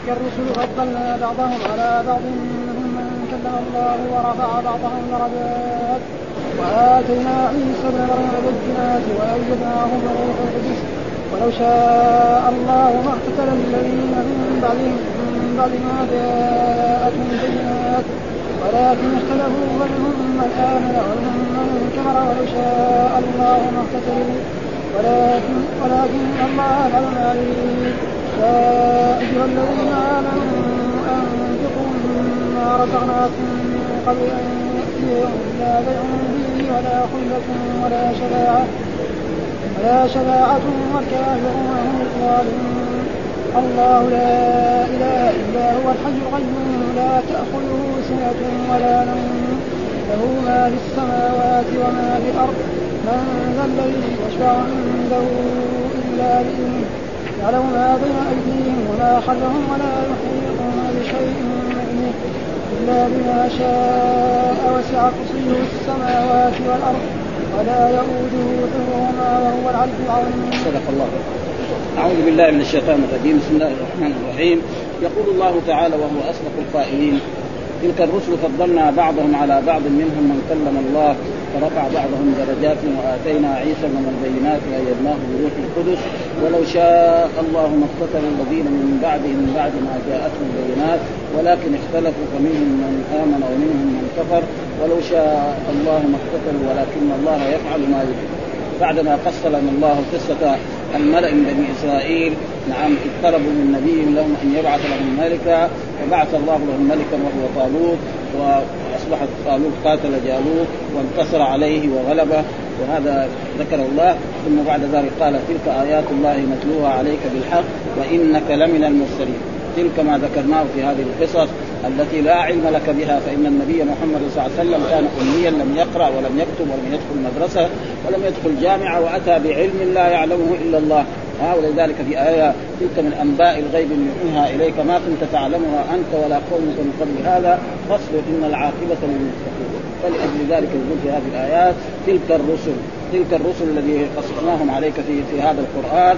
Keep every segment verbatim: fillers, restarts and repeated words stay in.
تلك الرسل فضلنا بعضهم على بعض منهم من كلم الله ورفع بعضهم درجات وآتينا عيسى ابن مريم البينات وأيدناه بروح القدس ولو شاء الله ما اقتتل الذين من بعدهم من بعد ما جاءتهم البينات ولكن اختلفوا فمنهم من آمن ومنهم من كفر ولو شاء الله ما اقتتلوا ولكن ولكن الله يفعل ما يريد. يا أيها الذين آمنوا أنفقوا مما رزقناكم من قبل أن يأتي يوم لا بيع فيه ولا خلة ولا شفاعة ولا شفاعة والكافرون هم الظالمون. الله لا إله إلا هو الحي القيوم لا تأخذه سنة ولا نوم له ما في السماوات وما في الأرض من ذا الذي يشفع عنده إلا بإذنه يعلم ما بين أيديهم وما خلفهم ولا يحيطون بشيء من علمه إلا بما شاء وسع كرسيه السماوات والأرض ولا يؤوده حفظهما وهو العلي العظيم. صدق الله. أعوذ بالله من الشيطان الرجيم. بسم الله الرحمن الرحيم. يقول الله تعالى وهو أصدق القائلين تلك الرسل فضلنا بعضهم على بعض منهم من كلم الله ورفع بعضهم درجات وآتينا عيسى من البينات وأيدناه بروح القدس ولو شاء الله ما اقتتل الذين من بعدهم من بعد ما جاءتهم البينات ولكن اختلفوا فمنهم من آمن ومنهم من كفر ولو شاء الله ما اقتتلوا ولكن الله يفعل ما يريد. بعدما قص لنا الله قصة الملأ من بني إسرائيل نعم اضطربوا من نبي لهم أن يبعث لهم ملكا فبعث الله لهم ملكا وهو طالوت وأصبح طالوت قاتل جالوت وانتصر عليه وغلبه وهذا ذكر الله. ثم بعد ذلك قال تلك آيات الله نتلوها عليك بالحق وإنك لمن المرسلين. تلك ما ذكرناه في هذه القصص التي لا علم لك بها فإن النبي محمد صلى الله عليه وسلم كان أميا لم يقرأ ولم يكتب ولم يدخل مدرسة ولم يدخل جامعة وأتى بعلم لا يعلمه إلا الله. ها ولذلك في آية تلك من أنباء الغيب نوحيها إليك ما كنت تعلمها أنت ولا قومك من قبل هذا فاصبر إن العاقبة للمتقين. فلأجل ذلك يقول في هذه الآيات تلك الرسل تلك الرسل الذي قصصناهم عليك في في هذا القرآن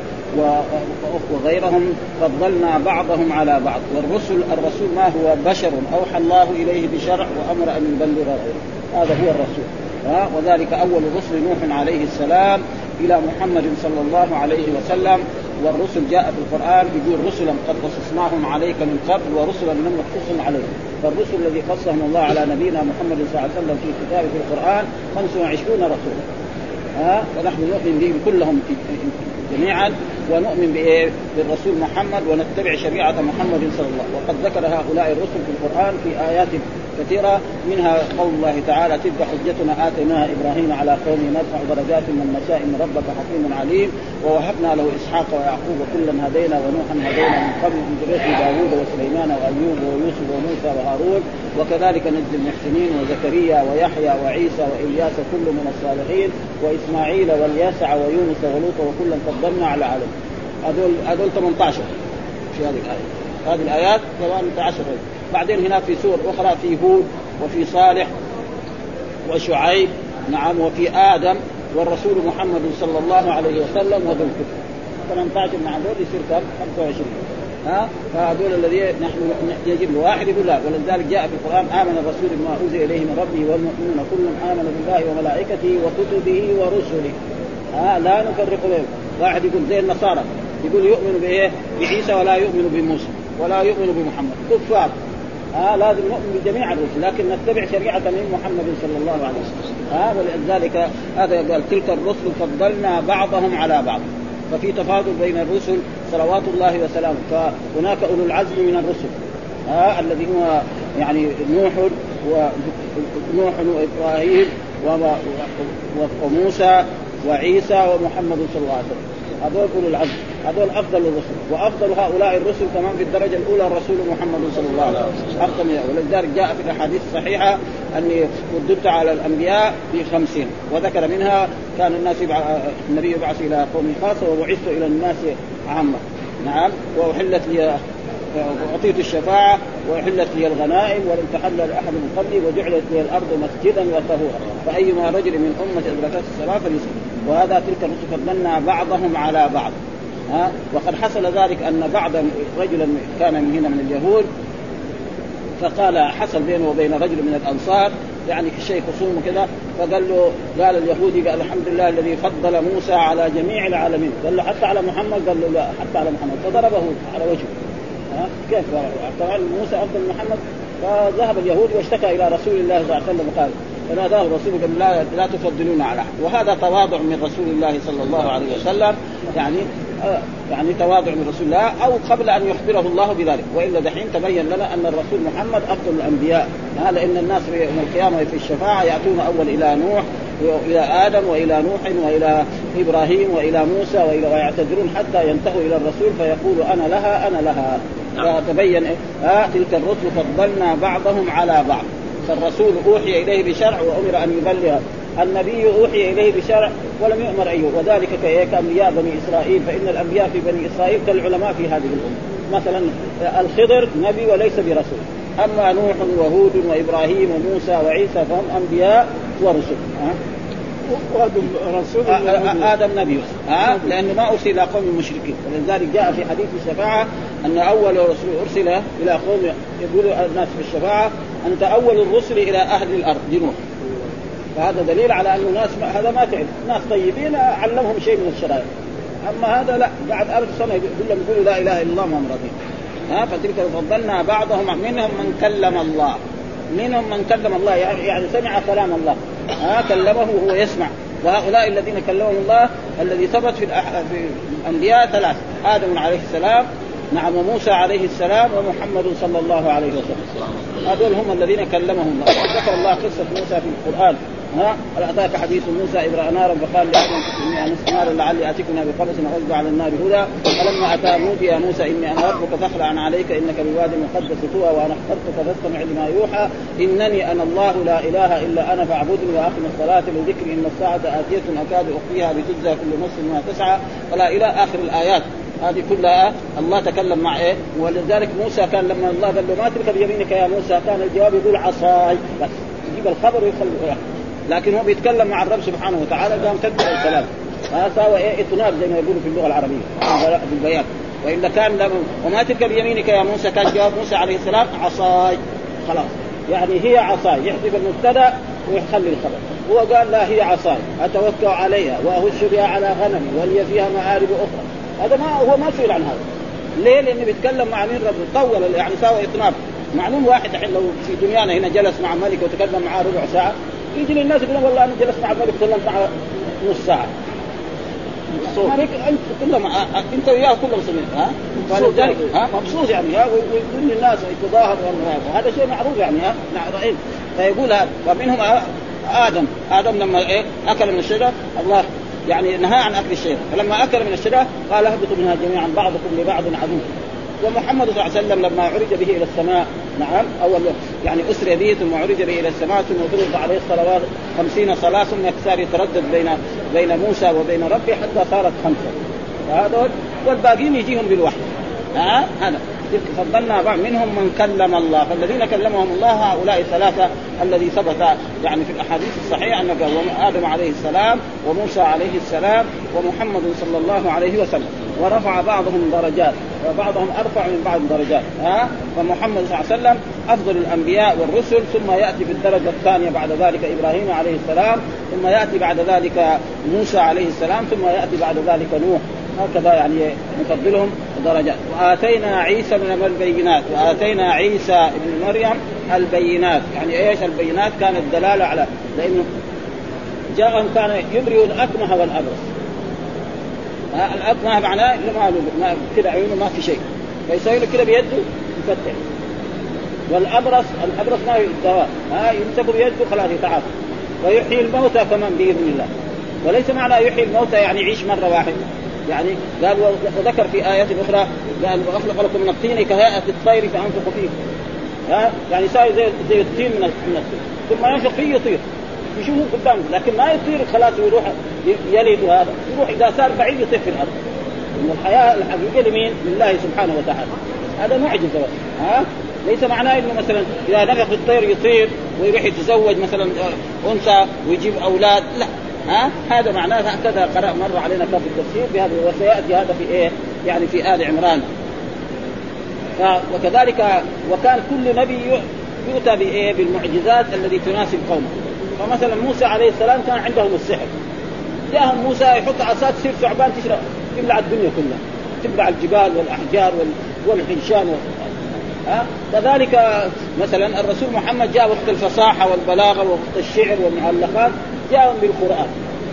وغيرهم فضلنا بعضهم على بعض. والرسل الرسول ما هو بشر أوحى الله إليه بشرع وأمر أن يبلغ غيره هذا هو الرسول. ها وذلك أول رسل نوح عليه السلام إلى محمد صلى الله عليه وسلم. والرسل جاء في القرآن يقول رسلا قد قصصناهم عليك من قبل ورسلا لم نقصصهم عليك. فالرسل الذي قصهم الله على نبينا محمد صلى الله عليه وسلم في كتابه في القرآن خمسة وعشرون رسولا. ها ونحن نؤمن بهم كلهم جميعا ونؤمن بالرسول محمد ونتبع شريعة محمد صلى الله عليه وسلم. وقد ذكر هؤلاء الرسل في القرآن في آيات كثيرة منها قول الله تعالى تلك حجتنا آتيناها إبراهيم على قومه نرفع درجات من نشاء إن ربك حكيم عليم ووهبنا له إسحاق ويعقوب كلا هدينا ونوحا هدينا من قبل من ذرية داوود وسليمان وأيوب ويوسف وموسى وهارون وكذلك نجزي المحسنين وزكريا ويحيى وعيسى وإلياس كل من الصالحين وإسماعيل واليسع ويونس ولوط وكلا فضلنا على العالم. هذول هذول ثمانية عشر في هذه الآية. هذه الآيات ثمانية عشر. بعدين هنا في سور أخرى في هود وفي صالح وشعيب نعم وفي آدم والرسول محمد صلى الله عليه وسلم وذو الكفر. ثمانية عشر مع دول يصير كم خمسة وعشرين. ها فهذول الذي نحن يجب الواحد يقول لا. ولذلك جاء في القرآن آمن الرسول بما أوحي إليه من ربه والمؤمنون كل آمن بالله وملائكته وكتبه ورسله. ها لا نفرق بينهم. واحد يقول زي النصارى يقول يؤمن بإيه بعيسى ولا يؤمن بموسى ولا يؤمن بمحمد كفار. ها لازم نؤمن بجميع الرسل لكن نتبع شريعة من محمد صلى الله عليه وسلم. ها ولذلك هذا قال تلك الرسل فضلنا بعضهم على بعض. ففي تفاضل بين الرسل صلوات الله وسلامه. فهناك أولو العزم من الرسل ها الذي هو يعني نوح ونوح وإبراهيم وموسى وعيسى ومحمد صلى الله عليه وسلم. هذول أولو العزم هذول أفضل الرسل. وأفضل هؤلاء الرسل كمان في الدرجة الأولى الرسول محمد صلى الله عليه وسلم أفضل. ولذلك جاء في الأحاديث الصحيحة أني رددت على الأنبياء بخمسين وذكر منها كان الناس يبع... النبي يبعث إلى قوم خاصة وبعثت إلى الناس عامة نعم وأحلت لي وأعطيت الشفاعة وأحلت لي الغنائم ولم تحل لأحد من قبلي وجعلت لي الأرض مسجدا وطهورا فأيما رجل من أمة أدركت الصلاة فليصلي. وهذا تلك الرسل فضلنا بعضهم على بعض. ها. وقد حصل ذلك أن بعض رجلا كان من هنا من اليهود فقال حصل بينه وبين رجل من الأنصار يعني شيء خصوم كذا، فقال له قال اليهودي قال الحمد لله الذي فضل موسى على جميع العالمين، قال له حتى على محمد، قال له لا حتى على محمد، فضربه على وجهه. ها كيف طبعا موسى أفضل من محمد؟ فذهب اليهودي واشتكى إلى رسول الله صلى الله عليه وسلم وقال فناداه الرسول قال لا لا تفضلون على أحد. وهذا تواضع من رسول الله صلى الله عليه وسلم، يعني آه يعني تواضع من رسول الله أو قبل أن يخبره الله بذلك. وإلا دحين تبين لنا أن الرسول محمد أفضل الأنبياء، هذا إن الناس في يوم القيامة في الشفاعة يأتون أول إلى نوح وإلى آدم وإلى نوح وإلى إبراهيم وإلى موسى وإلى ويعتذرون حتى ينتهوا إلى الرسول فيقول أنا لها أنا لها. فتبين آه تلك الرسل فضلنا بعضهم على بعض. فالرسول أوحي إليه بشرع وأمر أن يبلغ، النبي أوحي إليه بشرع ولم يؤمر أيه، وذلك كأنبياء بني إسرائيل، فإن الأنبياء في بني إسرائيل كالعلماء في هذه الأمة. مثلا الخضر نبي وليس برسول، أما نوح وهود وإبراهيم وموسى وعيسى فهم أنبياء ورسل. ها؟ وآدم رسول آدم نبي ها لأنه ما أرسل إلى قوم المشركين، ولذلك جاء في حديث الشفاعة أن أول رسول أرسل إلى قوم يقول الناس في الشفاعة أنت أول الرسل إلى أهل الأرض نوح. فهذا دليل على أن الناس هذا ما تعرف، ناس طيبين علمهم شيء من الشرائع، أما هذا لا بعد ألف سنة يقول لهم يقولوا لا إله إلا الله ما مرضين. ها فتلك فضلنا بعضهم منهم من كلم الله، منهم من كلم الله يعني سمع كلام الله، ها كلمه وهو يسمع. وهؤلاء الذين كلمهم الله الذي ثبت في, الأح... في الأنبياء ثلاث، آدم عليه السلام نعم وموسى عليه السلام ومحمد صلى الله عليه وسلم، هذول هم الذين كلمهم الله. ذكر الله قصة موسى في القرآن، ها أتاك حديث موسى إبراء نارا فقال لآدم إني أنست نارا لعلي آتيكم بقبس أغلب على النار هدى، فلما أتى نودي يا موسى إني أنا ربك فاخلع عليك إنك بواد مقدس طوى وأنا اخترتك فاستمع لما يوحى إنني أنا الله لا إله إلا أنا فاعبدني وأقم الصلاة لذكري إن الساعة آتية أكاد أخفيها لتجزى كل نفس ما تسعى ولا إلى آخر الآيات. هذه كلها الله تكلم مع إيه. ولذلك موسى كان لما الله قال له ما تلك بيمينك يا موسى كان الجواب يقول عصاي، بس يجيب الخبر ويخلي، لكن هو بيتكلم مع الرب سبحانه وتعالى قام تكبر الكلام. هذا سوى إيه إطناب زي ما يقولوا في اللغة العربية بالبيان. وإلا كان له وما تلك بيمينك يا موسى كان جواب موسى عليه السلام عصاي، خلاص يعني هي عصاي، يحذف المبتدا ويخلي الخبر. هو قال لا هي عصاي أتوكل عليها وأهش بها على غنمي ولي فيها مآرب أخرى. هذا ما هو ما سئل عن هذا. ليه؟ لأنه بيتكلم مع مين؟ رب طول يعني سوى إطناب. معلوم واحد الحين لو في دنيانا هنا جلس مع ملك وتكلم معاه ربع ساعة يجي للناس يقولون والله أنا جلست مع الملك وتكلمت معه نص ساعة. مالك أنت كلهم أنت وياه كلهم سمين ها؟ فلذلك ها مبسوط يعني ها ويقول للناس يتظاهر وهذا شيء معروف يعني ها نعرفين. فيقول هذا ومنهم آدم آدم لما إيه أكل من الشجرة الله يعني نهى عن أكل الشجرة، فلما أكل من الشجرة قال اهبطوا منها جميعا بعضكم لبعض عدو. ومحمد صلى الله عليه وسلم لما عرج به إلى السماء نعم أول يعني أسري به ثم عرج به إلى السماء ثم فرض عليه الصلوات خمسين صلاة ثم صار يتردد بين بين موسى وبين ربه حتى صارت خمسة. هذا والباقين يجيهم بالوحي. ها هذا فضلنا بعض منهم من كلم الله، فالذين كلمهم الله هؤلاء ثلاثة الذي ثبت يعني في الأحاديث الصحيحة أن آدم عليه السلام وموسى عليه السلام ومحمد صلى الله عليه وسلم، ورفع بعضهم درجات وبعضهم أرفع من بعض درجات. ها فمحمد صلى الله عليه وسلم أفضل الأنبياء والرسل، ثم يأتي بالدرجة الثانية بعد ذلك إبراهيم عليه السلام، ثم يأتي بعد ذلك موسى عليه السلام، ثم يأتي بعد ذلك نوح. هكذا يعني نفضلهم درجات. وآتينا عيسى من البينات وآتينا عيسى ابن مريم البينات. يعني ايش البينات؟ كانت دلالة على لأنه جاءهم كان يبرئ الأكمه والأبرص. الأكمه معناه ما كده عيونه ما في شيء فيسوي له كده بيده يفتح، والأبرص الأبرص ما الدواء ها يمسك بيده خلاص يتعافى. ويحيي الموتى كمان بإذن الله. وليس معنى يحيي الموتى يعني يعيش مرة واحدة، يعني قال وذكر في آيات أخرى قال وأخلق لكم من الطين كهيئة الطير فأنفخ فيه. ها يعني صار زي زي الطين من الطين ثم ينفخ فيه يطير يشوفه قدامه، لكن ما يطير خلاص ويروح يلد هذا يروح إذا صار بعيد يطير في الأرض. إن الحياة الحقيقية لمين؟ لله سبحانه وتعالى. هذا معجزة. ها ليس معناه إنه مثلا إذا نفخ الطير يطير ويروح يتزوج مثلا أنثى ويجيب أولاد، لا ها هذا معناه هكذا قرأ مر علينا كتاب التفسير بهذا، وسيأتي هذا في إيه يعني في آل عمران. وكذلك وكان كل نبي يؤتى بإيه بالمعجزات الذي تناسب قومه. فمثلا موسى عليه السلام كان عندهم السحر، جاءهم موسى يحط عصا تصير ثعبان تشرب تبلع الدنيا كلها، تبلع الجبال والأحجار والحنشان. ها كذلك مثلا الرسول محمد جاء وقت الفصاحة والبلاغة ووقت الشعر والمعلقات جاءهم بالقرآن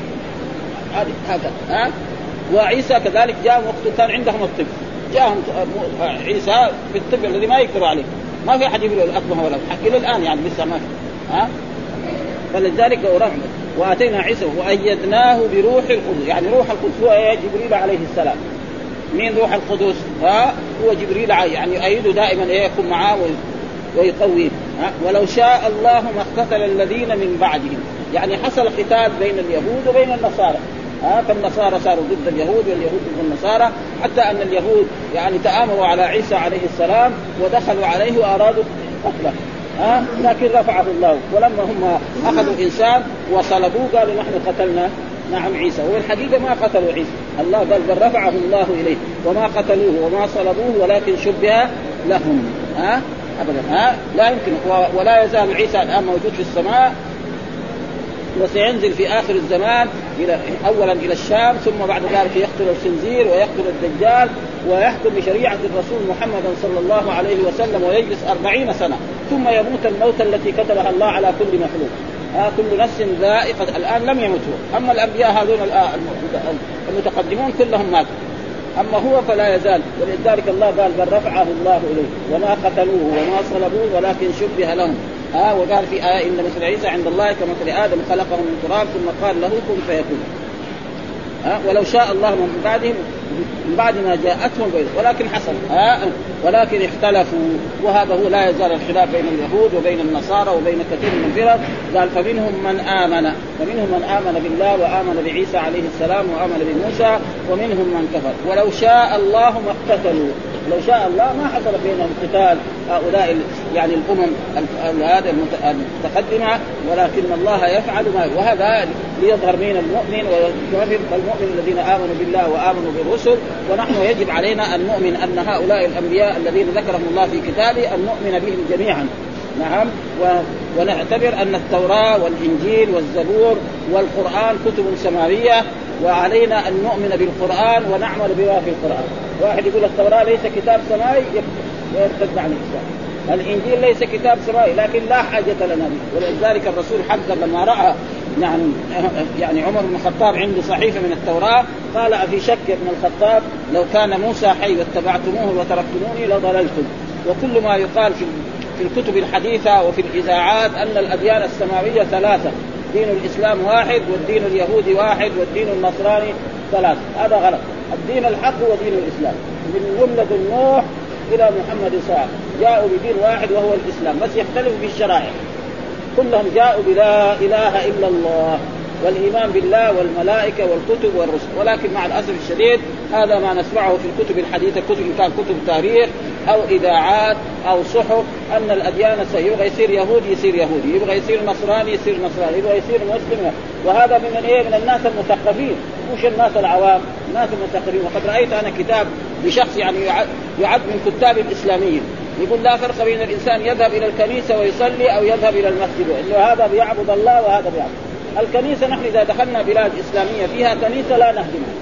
هذا. ها وعيسى كذلك جاء وقت كان عندهم الطب، جاءهم عيسى بالطب الذي ما يقدروا عليه، ما في أحد يقول الأكمه ولا إلى الآن يعني لسه ما في. ها فلذلك ورحمة وآتينا عيسى وأيدناه بروح القدس، يعني روح القدس هو جبريل عليه السلام. مين روح القدس؟ ها هو جبريل يعني يؤيده دائما يكون معاه ويقويه. ولو شاء الله ما اقتتل الذين من بعدهم، يعني حصل قتال بين اليهود وبين النصارى. ها فالنصارى صاروا ضد اليهود واليهود ضد النصارى، حتى أن اليهود يعني تآمروا على عيسى عليه السلام ودخلوا عليه وأرادوا قتله. ها لكن رفعه الله، ولما هم أخذوا إنسان وصلبوه قالوا نحن قتلنا نعم عيسى، والحقيقة ما قتلوا عيسى، الله قال بل رفعه الله إليه وما قتلوه وما صلبوه ولكن شبه لهم. ها أبدا ها لا يمكن. ولا يزال عيسى الآن موجود في السماء، وسينزل في آخر الزمان إلى أولا إلى الشام، ثم بعد ذلك يقتل الخنزير ويقتل الدجال ويحكم بشريعة الرسول محمد صلى الله عليه وسلم ويجلس أربعين سنة، ثم يموت الموت التي كتبها الله على كل مخلوق. آه كل نفس ذائقة. الآن لم يموتوا، أما الأنبياء هذون المتقدمون كلهم ماتوا، أما هو فلا يزال. ولذلك الله قال بل رفعه الله إليه وما قتلوه وما صلبوه ولكن شبه لهم. آه وقال في آية إن مثل عيسى عند الله كمثل آدم خلقه من تراب ثم قال له كن فيكون. آه ولو شاء الله من بعدهم من بعد ما جاءتهم بيض. ولكن حصل آه ولكن اختلفوا، وهذا هو لا يزال الخلاف بين اليهود وبين النصارى وبين كثير من الفرق. قال فمنهم من آمن فمنهم من آمن بالله وآمن بعيسى عليه السلام وآمن بموسى ومنهم من كفر. ولو شاء الله ما اقتتلوا، لو شاء الله ما حصل بينهم قتال هؤلاء يعني الأمم هذه المتقدمة، ولكن الله يفعل ما. وهذا ليظهر من المؤمن ويظهر المؤمن الذين آمنوا بالله وآمنوا بالرسل. ونحن يجب علينا أن نؤمن أن هؤلاء الأنبياء الذين ذكرهم الله في كتابه أن نؤمن بهم جميعا. نعم ونعتبر أن التوراة والإنجيل والزبور والقرآن كتب سماوية، وعلينا أن نؤمن بالقرآن ونعمل بما في القرآن. واحد يقول التوراة ليس كتاب سماوي ويرتد عن الإسلام، الإنجيل ليس كتاب سماوي لكن لا حاجة لنا به. ولذلك الرسول حذر لما رأى يعني يعني عمر بن الخطاب عنده صحيفة من التوراة قال أفي شك ابن الخطاب لو كان موسى حي واتبعتموه وتركتموني لضللتم. وكل ما يقال في في الكتب الحديثة وفي الإذاعات أن الأديان السماوية ثلاثة، دين الإسلام واحد والدين اليهودي واحد والدين النصراني ثلاثة، هذا غلط. الدين الحق هو دين الإسلام، من ولد نوح إلى محمد صلى الله عليه وسلم جاءوا بدين واحد وهو الإسلام، بس يختلف بالشرائع. كلهم جاءوا بلا إله إلا الله والإيمان بالله والملائكة والكتب والرسل. ولكن مع الأسف الشديد هذا ما نسمعه في الكتب الحديثة، كتب إن كان كتب تاريخ أو إذاعات أو صحف، أن الأديان سيبغى يصير يهودي يصير يهودي، يبغى يصير نصراني يصير نصراني، يبغى يصير مسلم. وهذا من إيه؟ من الناس المثقفين، مش الناس العوام، الناس المثقفين. وقد رأيت أنا كتاب لشخص يعني يعد من كتاب الإسلاميين يقول لا فرق بين الإنسان يذهب إلى الكنيسة ويصلي أو يذهب إلى المسجد، إنه هذا بيعبد الله وهذا بيعبد الكنيسة. نحن إذا دخلنا بلاد إسلامية فيها كنيسة لا نهدمها،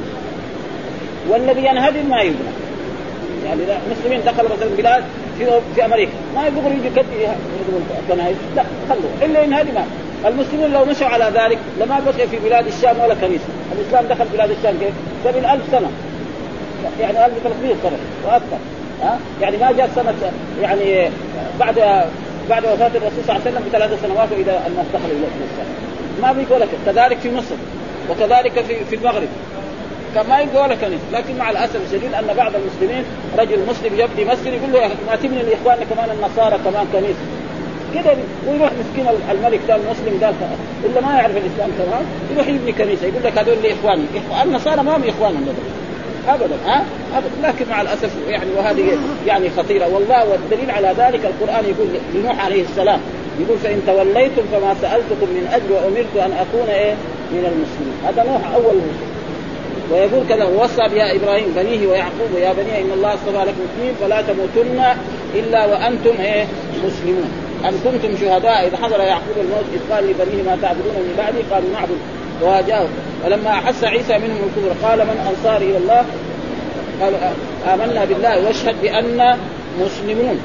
والذي ينهدم ما يبنى. يعني المسلمين دخلوا مثلا بلاد في في أمريكا ما يقدروا يجوا كذا كنائس، لا خلوا إلا ينهدمها. المسلمين لو مشوا على ذلك لما بقي في بلاد الشام ولا كنيسة. الإسلام دخل بلاد الشام كيف؟ قبل ألف سنة، يعني ألف وثلاثمائة سنة وأكثر. ها يعني ما جاء سنة يعني بعد بعد وفاة الرسول صلى الله عليه وسلم بثلاث سنوات وإذا الناس دخلوا إلى الإسلام. ما بيقول لك. كذلك في مصر وكذلك في في المغرب كما يقول لك. لكن مع الأسف الشديد أن بعض المسلمين رجل مسلم يبني مسجد يقول له ما تبني الإخوان كمان النصارى كمان كنيسة كده، ويروح مسكين الملك ده المسلم ده إلا ما يعرف الإسلام كمان يروح يبني كنيسة يقول لك هذول لي إخوان. النصارى ما هم إخوانهم أبدا ها أبدا. لكن مع الأسف يعني وهذه يعني خطيرة والله. والدليل على ذلك القرآن يقول لنوح عليه السلام يقول فإن توليتم فما سألتكم من أجل وأمرت أن أكون إيه من المسلمين. هذا نوح أول مسلم. ويقول كذا ووصى بها إبراهيم بنيه ويعقوب يا بني إن الله اصطفى لكم الدين فلا تموتن إلا وأنتم إيه مسلمون. أم كنتم شهداء إذ حضر يعقوب الموت إذ قال لبنيه ما تعبدون من بعدي قالوا نعبد وجاءوا ولما أحس عيسى منهم الكفر قال من أنصاري إلى الله قالوا آمنا بالله واشهد بأننا مسلمون.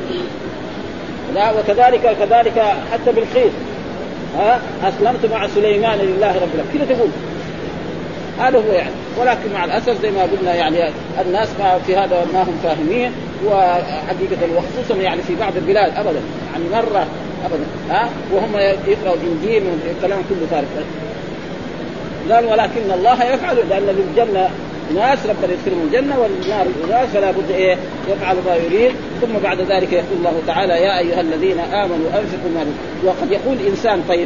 لا وكذلك كذلك حتى بالخير ها أسلمت مع سليمان لله رب العالمين كده تقول هذا هو يعني. ولكن مع الأسف زي ما قلنا يعني الناس ما في هذا ما هم فاهمين وحقيقة وخصوصا يعني في بعض البلاد أبدا يعني مرة أبدا ها وهم يقرأوا الإنجيل والكلام كله ثالث. قال ولكن الله يفعل لأن للجنة ناس ربنا يدخلهم الجنة والنار ناس فلا بد إيه يفعل ما يريد. ثم بعد ذلك يقول الله تعالى يا أيها الذين آمنوا أنفقوا ما رزقكم. وقد يقول إنسان طيب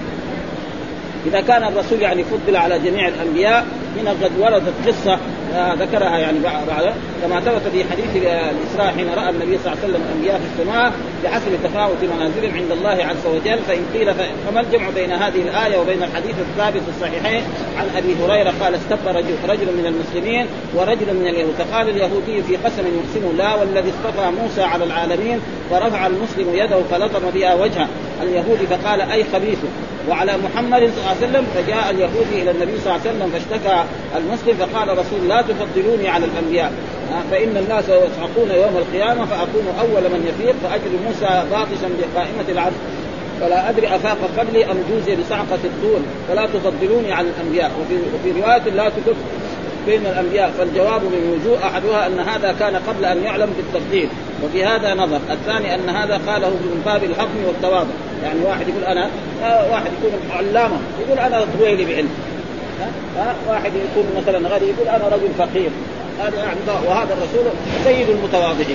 إذا كان الرسول يعني فضل على جميع الأنبياء هنا قد وردت قصة آه ذكرها يعني بعد كما ثبت في حديث الإسراء حين رأى النبي صلى الله عليه وسلم الأنبياء في السماء بحسب تفاوت منازلهم عند الله عز وجل. فإن قيل فما الجمع بين هذه الآية وبين الحديث الثابت الصحيحين عن أبي هريرة قال استبى رجل, رجل من المسلمين ورجل من اليهود فقال اليهودي في قسم يقسم لا والذي اصطفى موسى على العالمين ورفع المسلم يده فلطم بها وجهه اليهودي فقال أي خبيث وعلى محمد صلى الله عليه وسلم. فجاء اليهودي إلى النبي صلى الله عليه وسلم فاشتكى المسلم فقال رسول لا تفضلوني على الأنبياء فإن الناس يصعقون يوم القيامة فأكون أول من يفيق فأجل موسى باطشا بقائمة العرش فلا أدري أفاق قبلي أم جوزي بصعقة الطول فلا تفضلوني على الأنبياء. وفي, وفي رواية لا تكف بين الأنبياء. فالجواب من وجوه أحدها أن هذا كان قبل أن يعلم بالتفضيل وفي هذا نظر. الثاني أن هذا قاله من باب الحكم والتواضع يعني واحد يقول أنا واحد يكون علامة يقول أنا طويلي بعلم ها واحد يكون مثلا غني يقول أنا رجل فقير هذا يعني وهذا الرسول سيد المتواضعين.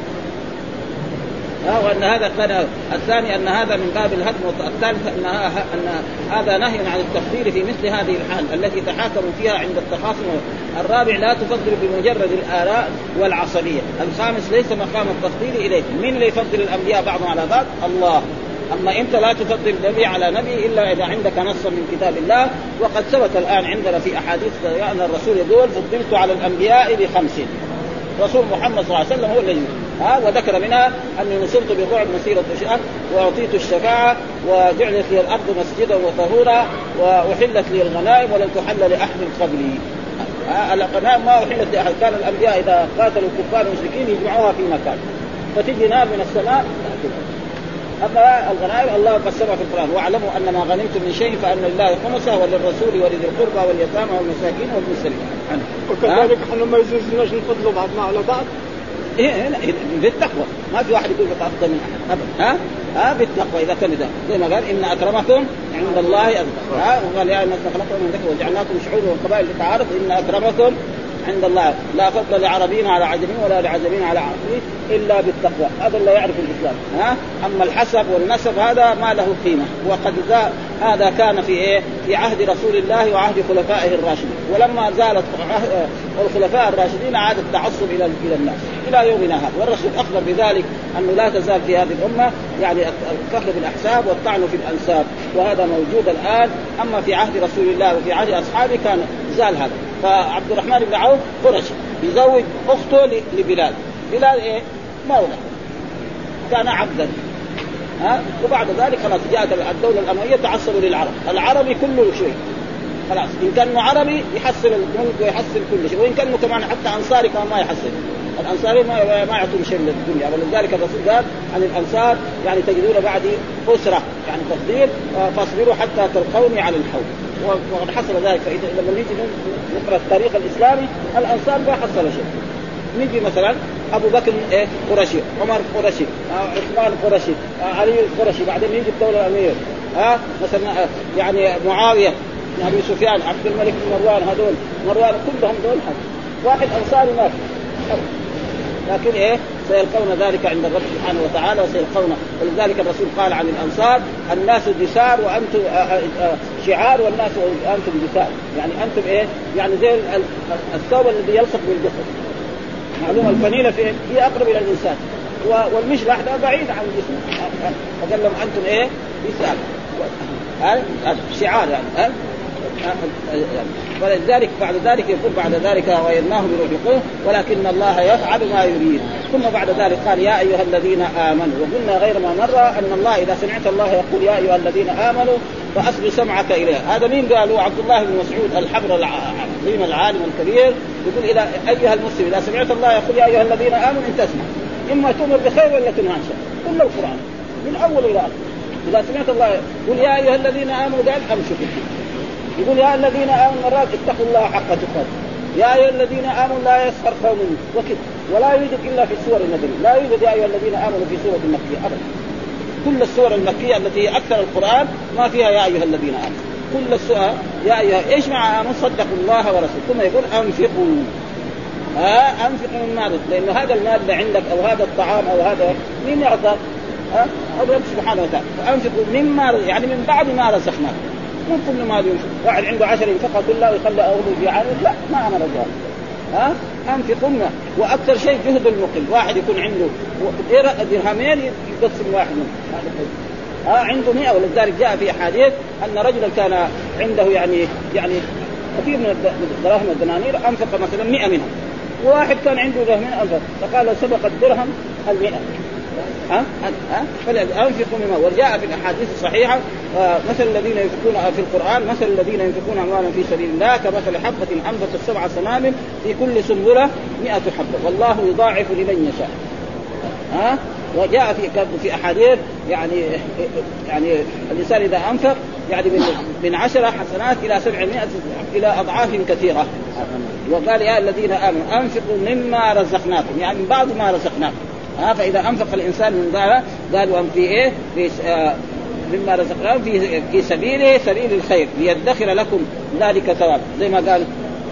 وأن هذا كان الثاني أن هذا من باب الهدم. الثالث أن أن هذا نهي عن التفضيل في مثل هذه الحال التي تحاكموا فيها عند التخاصم. الرابع لا تفضل بمجرد الآراء والعصبية. الخامس ليس مقام التفضيل إليه. من اللي يفضل الأنبياء بعضهم على بعض؟ الله. أما أنت لا تفضل نبي على نبي إلا إذا عندك نص من كتاب الله. وقد ثبت الآن عندنا في أحاديث أن الرسول يقول فضلت على الأنبياء بخمسين. رسول محمد صلى الله عليه وسلم هو الذي ها وذكر منها أني نصرت بالرعب مسيرة شهر وأعطيت الشفاعة وجعلت لي الأرض مسجدا وطهورا وأحلت لي الغنائم ولم تحل لأحد قبلي. الغنائم ما أحلت لأحد. كان الأنبياء إذا قاتلوا كفار المشركين يجمعوها في مكان فتجي نار من السماء. أما الغنائم الله قسمها في القرآن واعلموا أن ما غنمتم من شيء فأن لله خمسه وللرسول ولذي القربى واليتامى والمساكين والمسلمين. وكذلك احنا ما يجوزناش نفضلوا بعضنا على بعض. إيه هنا بالتقوى ما في واحد يقول أفضل من أحد أبدا. ها ها بالتقوى إذا كان ده زي ما قال إن أكرمكم عند الله أتقاكم. ها وقال يا الناس خلقنا من ذكر وجعلناكم شعوبا وقبائل لتعارف إن أكرمكم عند الله لا فضل لعربيين على عجمين ولا لعجمين على عربي إلا بالتقوى. هذا لا يعرف الإسلام. ها أما الحسب والنسب هذا ما له قيمة. وقد هذا كان في إيه في عهد رسول الله وعهد خلفائه الراشدين. ولما زالت الخلفاء الراشدين عاد التعصب إلى إلى الناس إلى يومنا هذا. والرسول أخبر بذلك أنه لا تزال في هذه الأمة يعني الفخر بالأحساب والطعن في الأنساب وهذا موجود الآن. أما في عهد رسول الله وفي عهد أصحابه كان زال هذا. فعبد الرحمن بن عوف قرشي يزوج أخته لبلال. بلال إيه مولى كان عبدا. ها وبعد ذلك خلاص جاءت الدولة الأموية تعصبوا للعرب. العربي كله شيء خلاص إن كانوا عربي يحصل الملك ويحصل كل شيء وإن كانوا كمان حتى أنصاري كمان ما يحصل. الأنصاري ما ما يعطون شيء من الدنيا. ولذلك الرسول قال عن الأنصار يعني تجدون بعدي أسرة يعني تفضيل فاصبروا حتى تلقوني على الحوض. وقد حصل ذلك. فإذا لما نيجي نقرأ التاريخ الإسلامي الأنصار ما حصل شيء. نيجي مثلا أبو بكر إيه قرشي عمر قرشي عثمان قرشي علي قرشي بعدين يجي الدولة الأموية ها مثلا يعني معاوية أبي سفيان عبد الملك بن مروان هذول مروان كلهم دول حد واحد أنصاري ما لكن إيه سيلقون ذلك عند الرب سبحانه وتعالى وسيلقون. ولذلك الرسول قال عن الأنصار الناس دثار وأنتم شعار والناس أنتم دثار. يعني أنتم إيه يعني زي الثوب الذي يلصق بالجسد. معلومة الفنيلة في هي أقرب إلى الإنسان والمشلح ده بعيد عن الجسم. فقال لهم أنتم إيه دثار هذا شعار يعني. فلذلك بعد ذلك يقول بعد ذلك وأيدناه بروح القدس ولكن الله يفعل ما يريد. ثم بعد ذلك قال يا أيها الذين آمنوا. وقلنا غير ما مرة أن الله إذا سمعت الله يقول يا أيها الذين آمنوا فأصغ سمعك إليه. هذا مين قالوا؟ عبد الله بن مسعود الحبر العظيم العالم الكبير يقول إلى أيها المسلم إذا سمعت الله يقول يا أيها الذين آمنوا إن تسمع إما تؤمر بخير ولا تنهى عن شر. كل القرآن من أول إلى آخر إذا سمعت الله يقول يا أيها الذين آمنوا قال أمسكوا. يقول يا الذين آمنوا مرات اتقوا الله حق تقاته. يا أيها الذين آمنوا لا يسخر قوم وكذا. ولا يوجد إلا في السور المدنية. لا يوجد يا أيها الذين آمنوا في سورة المكية أبدا. كل السور المكية التي هي أكثر القرآن ما فيها يا أيها الذين آمنوا. كل السور يا أيها إيش مع آمنوا صدقوا الله ورسوله. ثم يقول أنفقوا. ها أنفقوا من مالك لأن هذا المال اللي عندك أو هذا الطعام أو هذا مين يعطى؟ ها رب سبحانه وتعالى. فأنفقوا مما يعني من بعد ما رزقناكم. مو كل ما ينفق. واحد عنده عشر ينفقها كلها ويخلي أهله في عامل لا ما أمر الله. ها أنفقنا وأكثر شيء جهد المقل. واحد يكون عنده درهمين يقسم واحد منه. ها عنده مئة. ولذلك جاء في أحاديث أن رجلا كان عنده يعني يعني كثير من الدراهم والدنانير أنفق مثلا مئة منها. وواحد كان عنده درهمين أنفق فقال سبق الدرهم المئة. ها ها فأنفقوا مما. وجاء في الأحاديث الصحيحة آه مثل الذين ينفقون في القرآن مثل الذين ينفقون أموالا في سبيل الله كمثل حبة أنبتت سبع سنابل في كل سنبلة مئة حبة والله يضاعف لمن يشاء. ها وجاء في في أحاديث يعني يعني الإنسان إذا أنفق يعني من من عشرة حسنات إلى سبعمائة إلى أضعاف كثيرة. وقال يا الذين آمنوا أنفقوا مما رزقناكم يعني من بعض ما رزقناكم. ها فإذا أنفق الإنسان من ذلك قالوا أن في إيه في آه مما رزقناكم في في سبيله سبيل الخير ليدخر لكم ذلك ثواب زي ما قال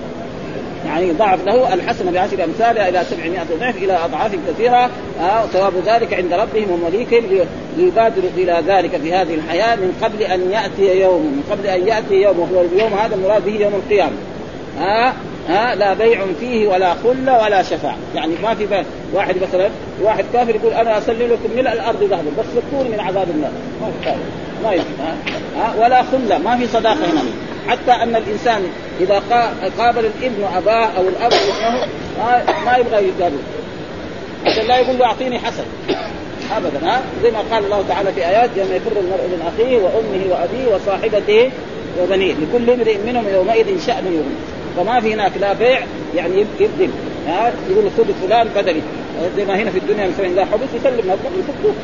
يعني ضعف له الحسنة بعشر أمثالها إلى سبعمائة ضعف إلى أضعاف كثيرة. آه ثواب ذلك عند ربهم ومليكهم ليبادروا إلى ذلك في هذه الحياة من قبل أن يأتي يوم من قبل أن يأتي يوم وهو اليوم هذا المراد به يوم القيامة. آه ها لا بيع فيه ولا خلة ولا شفاعة. يعني ما في بيع. واحد مثلا واحد كافر يقول أنا أسلم لكم ملء الأرض ذهبا بس فكوني من عذاب النار ما في ما يجي. ها ولا خلة ما في صداقة هنا. حتى أن الإنسان إذا قابل الابن أباه أو الأب ابنه ما يبغى يقابل عشان لا يقول له أعطيني حسن أبدا. ها زي ما قال الله تعالى في آيات يوم يفر المرء من أخيه وأمه وأبيه وصاحبته وبنيه لكل امرئ منهم يومئذ شأن يغنيه. فما في هناك لا بيع يعني يبدل. ها يقول خذ فلان بدلي زي ما هنا في الدنيا مثلا إذا حبس يسلم نفسه يفكوه.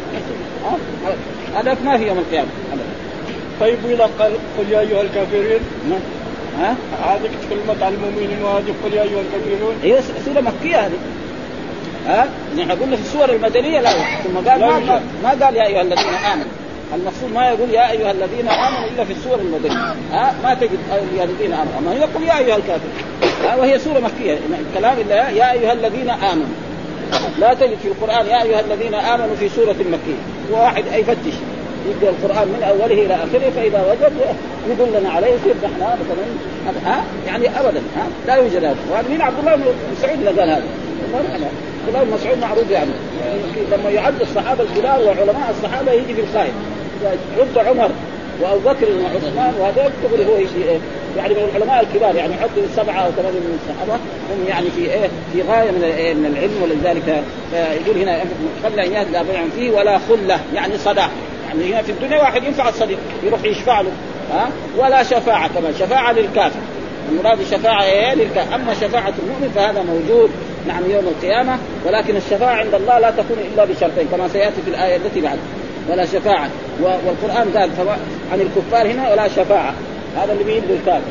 ها هذا ما في يوم القيامة. طيب إذا قال قل يا أيها الكافرين ها هذه كلمة على المؤمنين وهذه قل يا أيها الكافرون هي سورة مكية هذه. ها نحن قلنا في السور المدنية لا ثم قال ما, ما, ما قال يا أيها الذين آمنوا. المقصود ما يقول يا أيها الذين آمنوا إلا في السور المدنية. ها ما تجد يا الذين آمنوا أما يقول يا أيها الكافرون. ها وهي سورة مكية الكلام إلا يا أيها الذين آمنوا. لا تجد في القرآن يا أيها الذين آمنوا في سورة مكية. وواحد يفتش يقرأ القرآن من أوله إلى آخره فإذا وجد يدلنا عليه يصير نحن مثلا ها يعني أبدا ها لا يوجد هذا. وهذا من عبد الله بن مسعود اللي قال هذا. عبد الله بن مسعود معروف يعني لما يعد الصحابة الكبار وعلماء الصحابة يجي في الخائن يعد عمر وأبو بكر وعثمان وهذا يعتبر هو يعني من العلماء الكبار يعني يحط سبعة أو ثمانية من الصحابة هم يعني في إيه في غاية من من العلم. ولذلك يقول هنا قبل أن يهدى لا بيع فيه ولا خلة يعني صداق. يعني هنا في الدنيا واحد ينفع الصديق يروح يشفع له. ها ولا شفاعة كمان شفاعة للكافر. المراد الشفاعة إيه للكافر. أما شفاعة المؤمن فهذا موجود نعم يوم القيامة. ولكن الشفاعة عند الله لا تكون إلا بشرطين كما سيأتي في الآية التي بعد ولا شفاعة. والقرآن قال عن الكفار هنا ولا شفاعة هذا اللي بيد للكافر.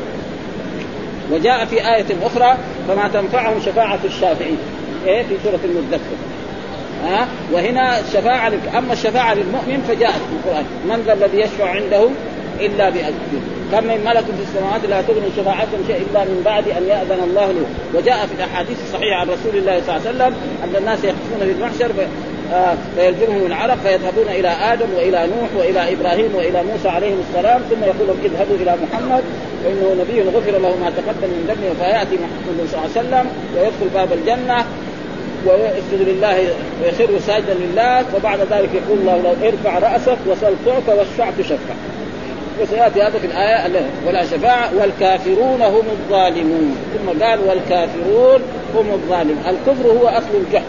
وجاء في آية أخرى فما تنفعهم شفاعة الشافعين إيه في سورة المدثر. ها وهنا الشفاعة لك. أما الشفاعة للمؤمن فجاءت في القرآن من ذا الذي يشفع عنده إلا بإذنه كم من ملك في السماوات لا تغني شفاعتهم شيء إلا من بعد أن يأذن الله له. وجاء في الأحاديث الصحيحة عن رسول الله صلى الله عليه وسلم أن الناس يخفون في المحشر فيلزمهم العرق فيذهبون إلى آدم وإلى نوح وإلى إبراهيم وإلى موسى عليهم السلام ثم يقول لهم اذهبوا إلى محمد فإنه نبي غفر له ما تقدم من ذنبه. فيأتي محمد صلى الله عليه وسلم ويدخل باب الجنة ويسجد لله ويخر ساجدا لله. وبعد ذلك يقول الله لو ارفع رأسك وسل تعطى واشفع تشفع. وسيأتي هذا في الآية ولا شفاعة والكافرون هم الظالمون. ثم قال والكافرون هم الظالمون. الكفر هو أصل الجهل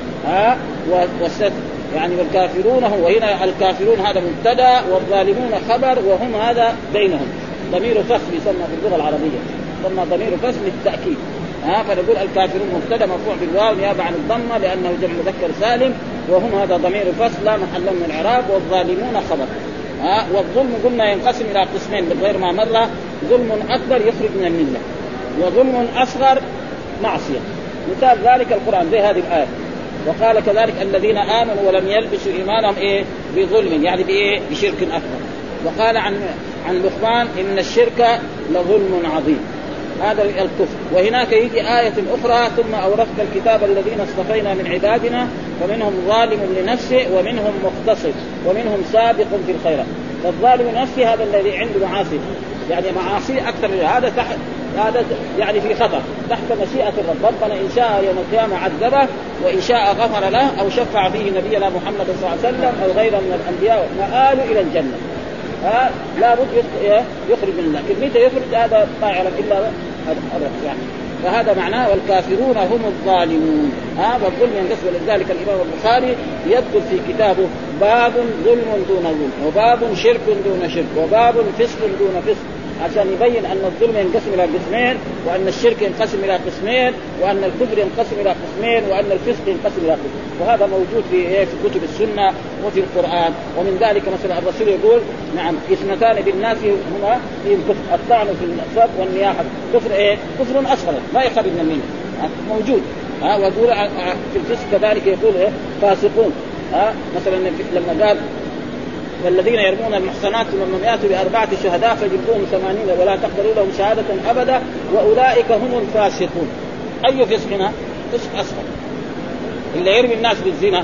ها والستر يعني والكافرون هم، وهنا الكافرون هذا مبتدا والظالمون خبر وهم هذا بينهم ضمير فصل يسمى في اللغة العربية ثم ضمير فصل للتأكيد ها. فنقول الكافرون مبتدا مرفوع بالواو نيابة عن الضمة لأنه جمع مذكر سالم وهم هذا ضمير فصل لا محل من الإعراب والظالمون خبر ها. والظلم قلنا ينقسم إلى قسمين بغير ما مر، ظلم أكبر يخرج من الملة وظلم أصغر معصية. مثال ذلك القرآن زي هذه الآية وقال كذلك الذين آمنوا ولم يلبسوا إيمانهم إيه بظلم يعني بإيه بشرك أكبر. وقال عن عن لقمان إن الشرك لظلم عظيم هذا الكفر. وهناك يجي آية أخرى ثم أورثنا الكتاب الذين اصطفينا من عبادنا فمنهم ظالم لنفسه ومنهم مقتصد ومنهم سابق في الخيرات. فالظالم لنفسه هذا الذي عنده معاصي يعني معاصي أكثر من هذا تحت هذا يعني في خطر تحت مشيئة الرب. ربنا إن شاء يوم القيامة عذبه وإن شاء غفر له أو شفع فيه نبينا محمد صلى الله عليه وسلم أو غيره من الأنبياء مآل إلى الجنة ها لا بد يخرج من الله. لكن متى يخرج هذا ما يعلم إلا هذا يعني. فهذا معناه والكافرون هم الظالمون هذا الظلم ينقسم. ولذلك الإمام البخاري يذكر في كتابه باب ظلم دون ظلم وباب شرك دون شرك وباب فسق دون فسق عشان يبين أن الظلم ينقسم إلى قسمين وأن الشرك ينقسم إلى قسمين وأن الكفر ينقسم إلى قسمين وأن الفسق ينقسم إلى قسمين. وهذا موجود في في كتب السنة وفي القرآن. ومن ذلك مثلا الرسول يقول نعم اثنتان بالناس هما في الكفر الطعن في النسب والنياحة كفر إيه كفر أصغر لا يخرج من منه موجود ها. ويقول في الفسق كذلك يقول إيه فاسقون ها. مثلا لما قال والذين يرمون المحصنات ثم يأتوا بأربعة شهداء فيجلدوهم ثمانين ولا تقبلوا لهم شهادة أبدا وأولئك هم الفاسقون. أي فسق هنا؟ فسق أصغر. اللي يرمي الناس بالزنا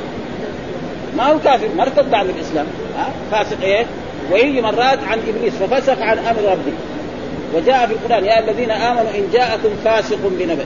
ما هو كافر ما ارتد عن الإسلام ها؟ فاسق إيه؟ ويجي مرات عن إبليس ففسق عن أمر ربه. وجاء في القرآن يا الذين آمنوا إن جاءكم فاسق بنبأ.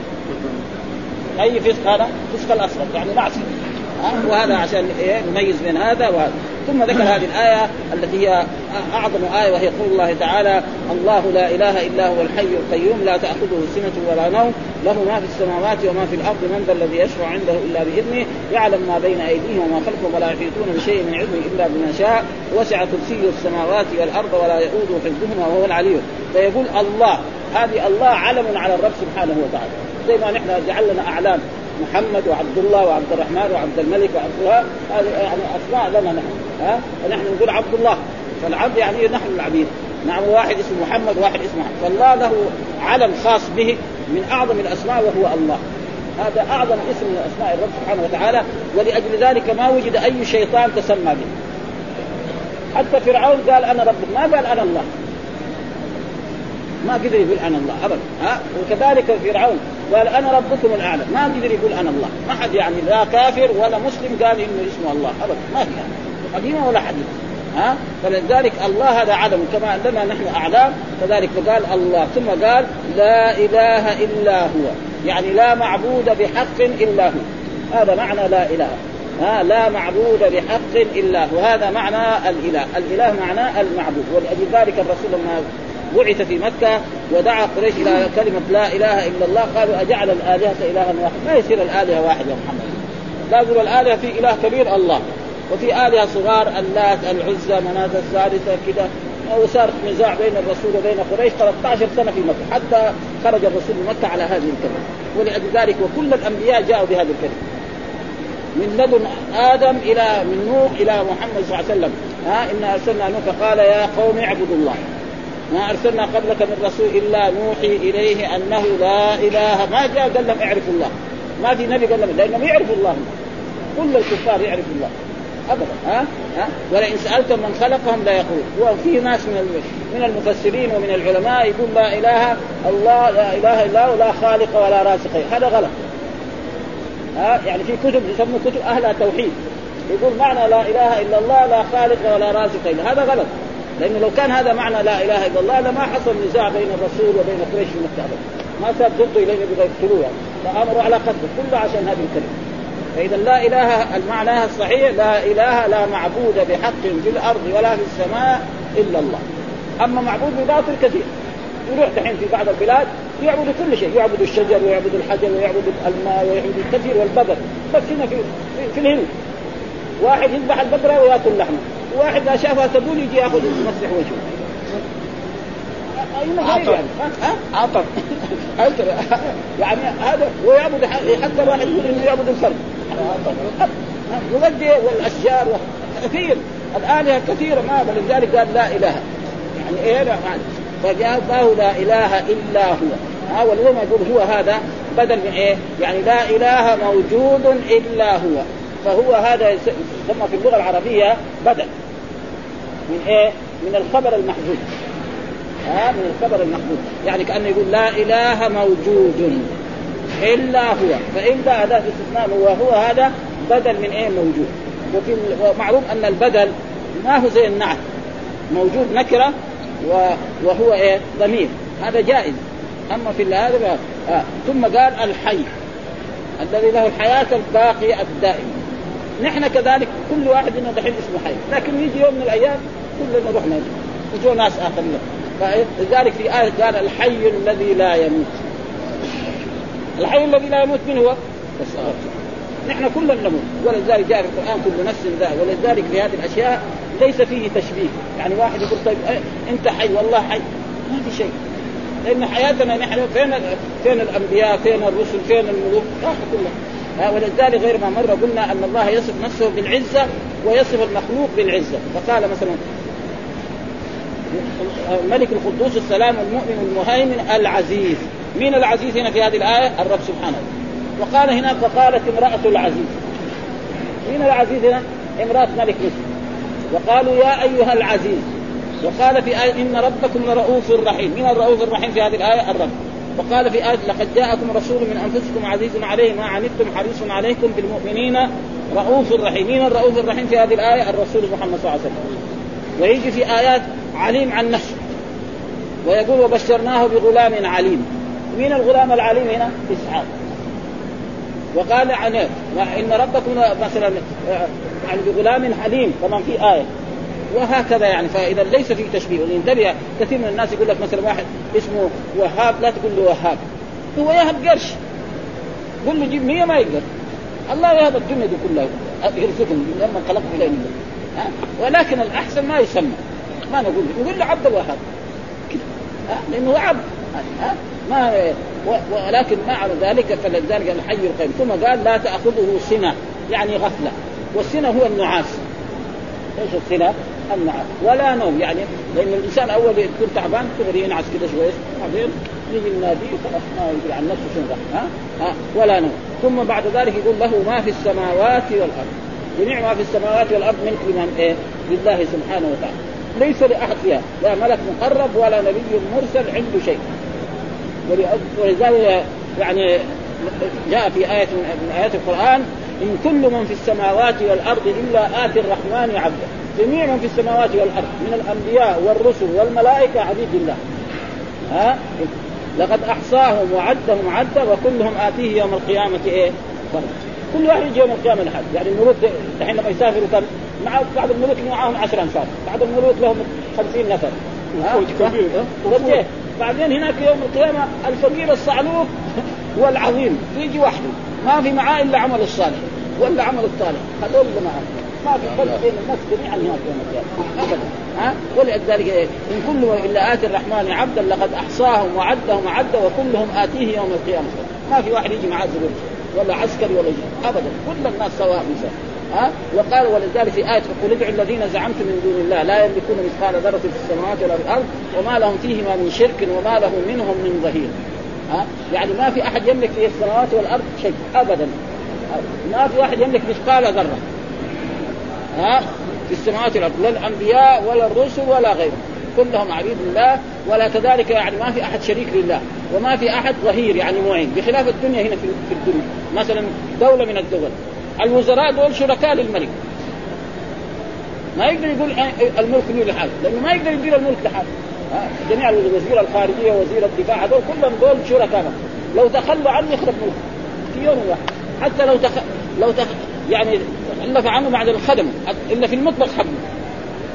أي فسق هذا؟ فسق الأصغر يعني معصية. وهذا عشان إيه نميز بين هذا وهذا. ثم ذكر هذه الآية التي هي أعظم آية وهي قول الله تعالى الله لا إله إلا هو الحي القيوم لا تأخذه سنة ولا نوم له ما في السماوات وما في الأرض من ذا الذي يشفع عنده إلا بإذنه يعلم ما بين أيديهم وما خلفهم ولا يحيطون بشيء من علمه إلا بما شاء وسع كرسيه السماوات والأرض ولا يؤوده حفظهما وهو العلي. فيقول الله هذه الله علم على الرب سبحانه وتعالى زي ما نحن جعلنا أعلام محمد وعبد الله وعبد الرحمن وعبد الملك وعبد الله هذه يعني أسماء لنا نحن ها. ونحن نقول عبد الله فالعبد يعني نحن العبيد نعم. واحد اسمه محمد واحد اسمه محمد. فالله له علم خاص به من أعظم الأسماء وهو الله. هذا أعظم اسم من أسماء الرب سبحانه وتعالى. ولأجل ذلك ما وجد أي شيطان تسمى به. حتى فرعون قال أنا ربك ما قال أنا الله ما قدر يقول أنا الله أبدا ها. وكذلك فرعون قال أنا ربكم الأعلى ما قدر يقول أنا الله. ما حد يعني لا كافر ولا مسلم قال إنه اسمه الله أبدا ما في قديمة ولا حديث ها. فلذلك الله هذا عدم كما عندنا نحن أعلام كذلك فقال الله. ثم قال لا إله إلا هو يعني لا معبود بحق إلا هو. هذا معنى لا إله ها. لا معبود بحق إلا هو هذا معنى الإله. الإله معناه المعبود. ولأجل ذلك الرسول لما بعث في مكة ودعا قريش إلى كلمة لا إله إلا الله قالوا أجعل الآلهة إلها واحد. ما يصير الآلهة واحد يا محمد لازم الآلهة في إله كبير الله وفي آلهة صغار اللات العزى مناة الثالثة كده. وصار نزاع بين الرسول وبين قريش ثلاثة عشر سنة في مكة حتى خرج الرسول من مكة على هذه الكلمة. ولأجل ذلك وكل الأنبياء جاءوا بهذه الكلمة من لدن آدم إلى من نوح إلى محمد صلى الله عليه وسلم ها. إن أرسلنا نوح قال يا قوم اعبدوا الله ما أرسلنا قبلك من رسول إلا نوحي إليه أنه لا إله. ما جاء قال لهم اعرفوا الله ما في نبي قال لهم لأنهم يعرفوا الله كل الكفار يعرفوا الله أبدا ها. ها ولئن سألتم من خلقهم لا يقول. وفي ناس من من المفسرين ومن العلماء يقول لا إله الله لا إله إلا هو لا خالق ولا رازق. هذا غلط ها. يعني في كتب يسموا كتب أهل التوحيد يقول معنى لا إله إلا الله لا خالق ولا رازق إلا. هذا غلط لأنه لو كان هذا معنى لا إله إلا الله لما حصل نزاع بين الرسول وبين قريش في مكة ما صار ضده إليه يقتلوه يعني. فأمروا على قتله كله عشان هذه الكلمة. فإذا لا إله المعنى الصحيح لا إله لا معبود بحق في الأرض ولا في السماء إلا الله. أما معبود بباطل كثير. يروح دحين في بعض البلاد يعبدوا كل شيء، يعبدوا الشجر ويعبدوا الحجر ويعبدوا الماء ويعبدوا الكثير والبقر. بس هنا في في الهند واحد يذبح البقرة ويأكل لحمه، وواحد لا شافها تبول يجي يأخذ المسح وجهه. عطر عطر يعني هذا ويعبد حتى واحد يقول إنه يعبد الفرد يودي والأشجار كثير الآلهة كثيرة ما فلذلك قال لا إله يعني إيه لا معنى فجاء الله لا إله إلا هو. ها واليوم يقول هو هذا بدل من إيه يعني لا إله موجود إلا هو، فهو هذا يسمى في اللغة العربية بدل من إيه من الخبر المحذوف. ها من الخبر المحذوف يعني كأنه يقول لا إله موجود إلا هو، فإن هذا استثناء وهو هذا بدل من إيه موجود. وفي معروف أن البدل ما هو زي النعت موجود نكرة وهو إيه ضمير، هذا جائز. أما في هذا آه. ثم قال الحي الذي له الحياة الباقية الدائمة. نحن كذلك كل واحد لنا دحين اسمه حي، لكن يجي يوم من الأيام كلنا نروح نجي وجو ناس آخرين. فلذلك في آية قال الحي الذي لا يموت. الحي الذي لا يموت من هو؟ بس نحن كلنا نموت، ولذلك جاء في القرآن كل نفس ذائقة. ولذلك في هذه الأشياء ليس فيه تشبيه، يعني واحد يقول طيب أنت حي والله حي، ما في شيء، لأن حياتنا نحن فين فين الأنبياء فين الرسل فين الملوك راح كلها. ولذلك غير ما مرة قلنا أن الله يصف نفسه بالعزة ويصف المخلوق بالعزة. فقال مثلا الملك القدوس السلام المؤمن المهيمن العزيز. مين العزيز هنا في هذه الآية؟ الرب سبحانه. وقال هنا فقالت امرأة العزيز. مين العزيز هنا؟ امرأة ملك مصر. وقالوا يا أيها العزيز. وقال في آية إن ربكم لرؤوف رحيم. مين الرؤوف الرحيم في هذه الآية؟ الرب. وقال في آية لقد جاءكم رسول من أنفسكم عزيز عليه ما عنتم حريص عليكم بالمؤمنين رؤوف رحيم. مين الرؤوف الرحيم في هذه الآية؟ الرسول محمد صلى الله عليه وسلم. ويجي في آيات عليم عن نفسه ويقول وبشرناه بغلام عليم. مين الغلام العليم هنا؟ إسحاق. وقال عنه إن ربكم مثلا يعني بغلام حليم كمان في آية. وهكذا يعني فإذا ليس فيه تشبيه. وينتبه كثير من الناس يقول لك مثلا واحد اسمه وهاب لا تقول له وهاب، هو يهب قرش، قل له جيب مية ما يقدر. الله يهب الدنيا دي كلها يرزقهم لما خلق إليه. ولكن الأحسن ما يسمى، ما نقول نقول له عبد الوهاب كده لأنه عبد ما ولكن مع ذلك فلذلك الحي القيوم. ثم قال لا تأخذه سنة يعني غفلة، والسنة هو النعاس. ايش السنة؟ النعاس. ولا نوم يعني لأن الإنسان أول يكون تعبان تغري ينعس كده شوية بعدين يجي النادي خلاص ما يجري عن نفسه سنة ها ها ولا نوم. ثم بعد ذلك يقول له ما في السماوات والأرض. جميع ما في السماوات والأرض ملك لمن إيه؟ لله سبحانه وتعالى، ليس لأحد فيها، لا ملك مقرب ولا نبي مرسل عنده شيء. ولذلك يعني جاء في آية من آيات القرآن إن كل من في السماوات والأرض إلا آتي الرحمن عبدا. جميع من في السماوات والأرض من الأنبياء والرسل والملائكة عبيد الله. ها لقد أحصاهم وعدهم عدا وكلهم آتيه يوم القيامة إيه فرد. كل واحد يجي يوم القيامة لحد يعني الملوك الحين لما يسافروا كم مع بعض الملوك معهم عشر أنفار، بعض الملوك لهم خمسين نفر. ها بعدين هناك يوم القيامة الفقير الصعلوك والعظيم يجي وحده ما في معاه إلا عمل الصالح ولا عمل الطالح، هذول اللي معاه ما في فرق بين الناس جميعا هناك يوم القيامة أبدا. ها ولذلك إن كل إلا آتي الرحمن عبدا لقد أحصاهم وعدهم عدا وكلهم آتيه يوم القيامة. ما في واحد يجي معاه زبون ولا عسكري ولا جيش أبدا، كل الناس سواء مثال. ها وقال ولذلك في آية قل ادعوا الذين زعمتم من دون الله لا يملكون مثقال ذرة في السماوات ولا في الأرض وما لهم فيهما من شرك وما له منهم من ظهير. ها يعني ما في أحد يملك في السماوات والأرض شيء أبدا، ما في واحد يملك مثقال ذرة ها في السماوات والأرض، لا الأنبياء ولا الرسل ولا غيرهم، كلهم عبيد الله. ولا كذلك يعني ما في أحد شريك لله وما في أحد ظهير يعني معين، بخلاف الدنيا. هنا في الدنيا مثلا دولة من الدول الوزراء دول شركاء للملك، ما يقدر يقول الملك له لحاله لأنه ما يقدر يدير الملك لحاله. جميع وزير الخارجية وزير الدفاع هذول كلهم دول شركاء، لو تخلوا عنه يخرب ملك في يوم واحد. حتى لو تخ... لو تخ... يعني تخلف عنه بعد الخدم إلا في المطبخ حقه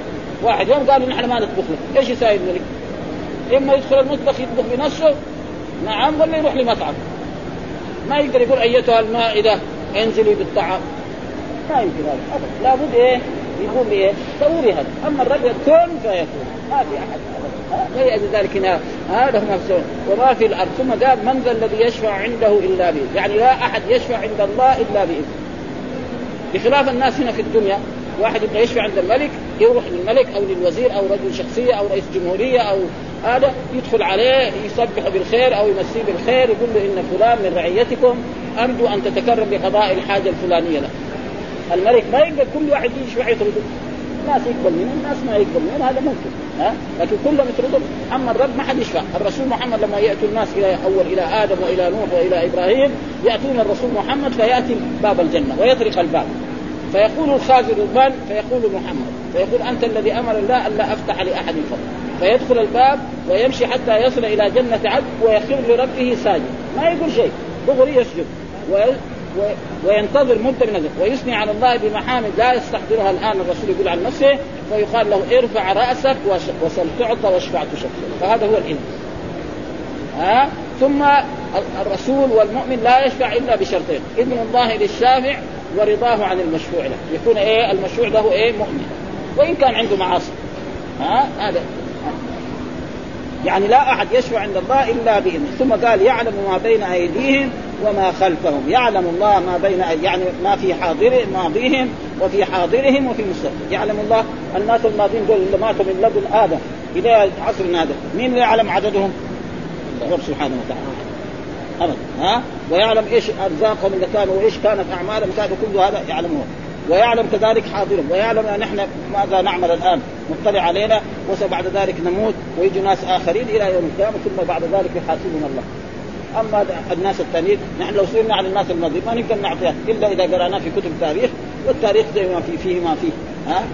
واحد يوم قالوا نحن ما نطبخ لك، ايش يساوي الملك؟ اما يدخل المطبخ يطبخ بنفسه نعم، ولا يروح لمطعم. ما يقدر يقول ايتها المائده انزلي بالطعام، ما يمكن هذا ابدا. لابد ايه يقول ايه سوري هذا. اما الرب يكون فيكون، ما في احد غير ذلك. هنا هذا هم نفسهم. وما في الارض. ثم قال من ذا الذي يشفع عنده الا باذنه، يعني لا احد يشفع عند الله الا باذنه، بخلاف الناس هنا في الدنيا. واحد يبغى يشفع عند الملك يروح للملك او للوزير او رجل شخصيه او رئيس جمهوريه او هذا، يدخل عليه يسبح بالخير او يمسيه بالخير، يقول له ان فلان من رعيتكم ارجو ان تتكرم بقضاء الحاجه الفلانيه له. الملك ما يقدر كل واحد يشفع يطرده، الناس يقبل منه الناس ما يقبل منه، هذا ممكن ها، لكن كلهم يطردهم. اما الرب ما حد يشفع. الرسول محمد لما ياتوا الناس الى اول الى ادم والى نوح والى ابراهيم، ياتون الرسول محمد فياتي باب الجنه ويطرق الباب، فيقول الخازن من؟ فيقول محمد، فيقول أنت الذي أمر الله ألا أفتح لأحد فضل، فيدخل الباب ويمشي حتى يصل إلى جنة عدن ويخر لربه ساجد، ما يقول شيء، دغري يسجد وينتظر مدة من ذلك، ويثني على الله بمحامد لا يستحضرها الآن. الرسول يقول عن نفسه فيقال له ارفع رأسك وسل تعطى واشفع تشفع، فهذا هو الإذن. ها؟ ثم الرسول والمؤمن لا يشفع إلا بشرطين: إذن الله للشافع ورضاه عن المشفوع له، يكون ايه المشفوع له ايه مؤمن وان كان عنده معاصي. ها هذا يعني لا احد يشفع عند الله الا باذنه. ثم قال يعلم ما بين ايديهم وما خلفهم، يعلم الله ما بين يعني ما في حاضر ماضيهم وفي حاضرهم وفي مستقبل. يعلم الله الناس الماضين دول اللي ماتوا من لدن ادم الى عصرنا هذا، مين اللي يعلم عددهم؟ الله سبحانه وتعالى أبدا. ها ويعلم ايش ارزاقهم اللي كانوا وايش كانت اعمالهم، كانوا كل هذا يعلمه. ويعلم كذلك حاضرهم، ويعلم ان نحن ماذا نعمل الان مطلع علينا، وبعد ذلك نموت ويجي ناس اخرين الى يوم القيامه، ثم بعد ذلك يحاسبنا الله. اما الناس الثانيين نحن لو سئلنا عن الناس الماضيين ما نقدر نعطيها الا اذا قرأنا في كتب التاريخ، والتاريخ زي ما فيه فيه ما فيه. ها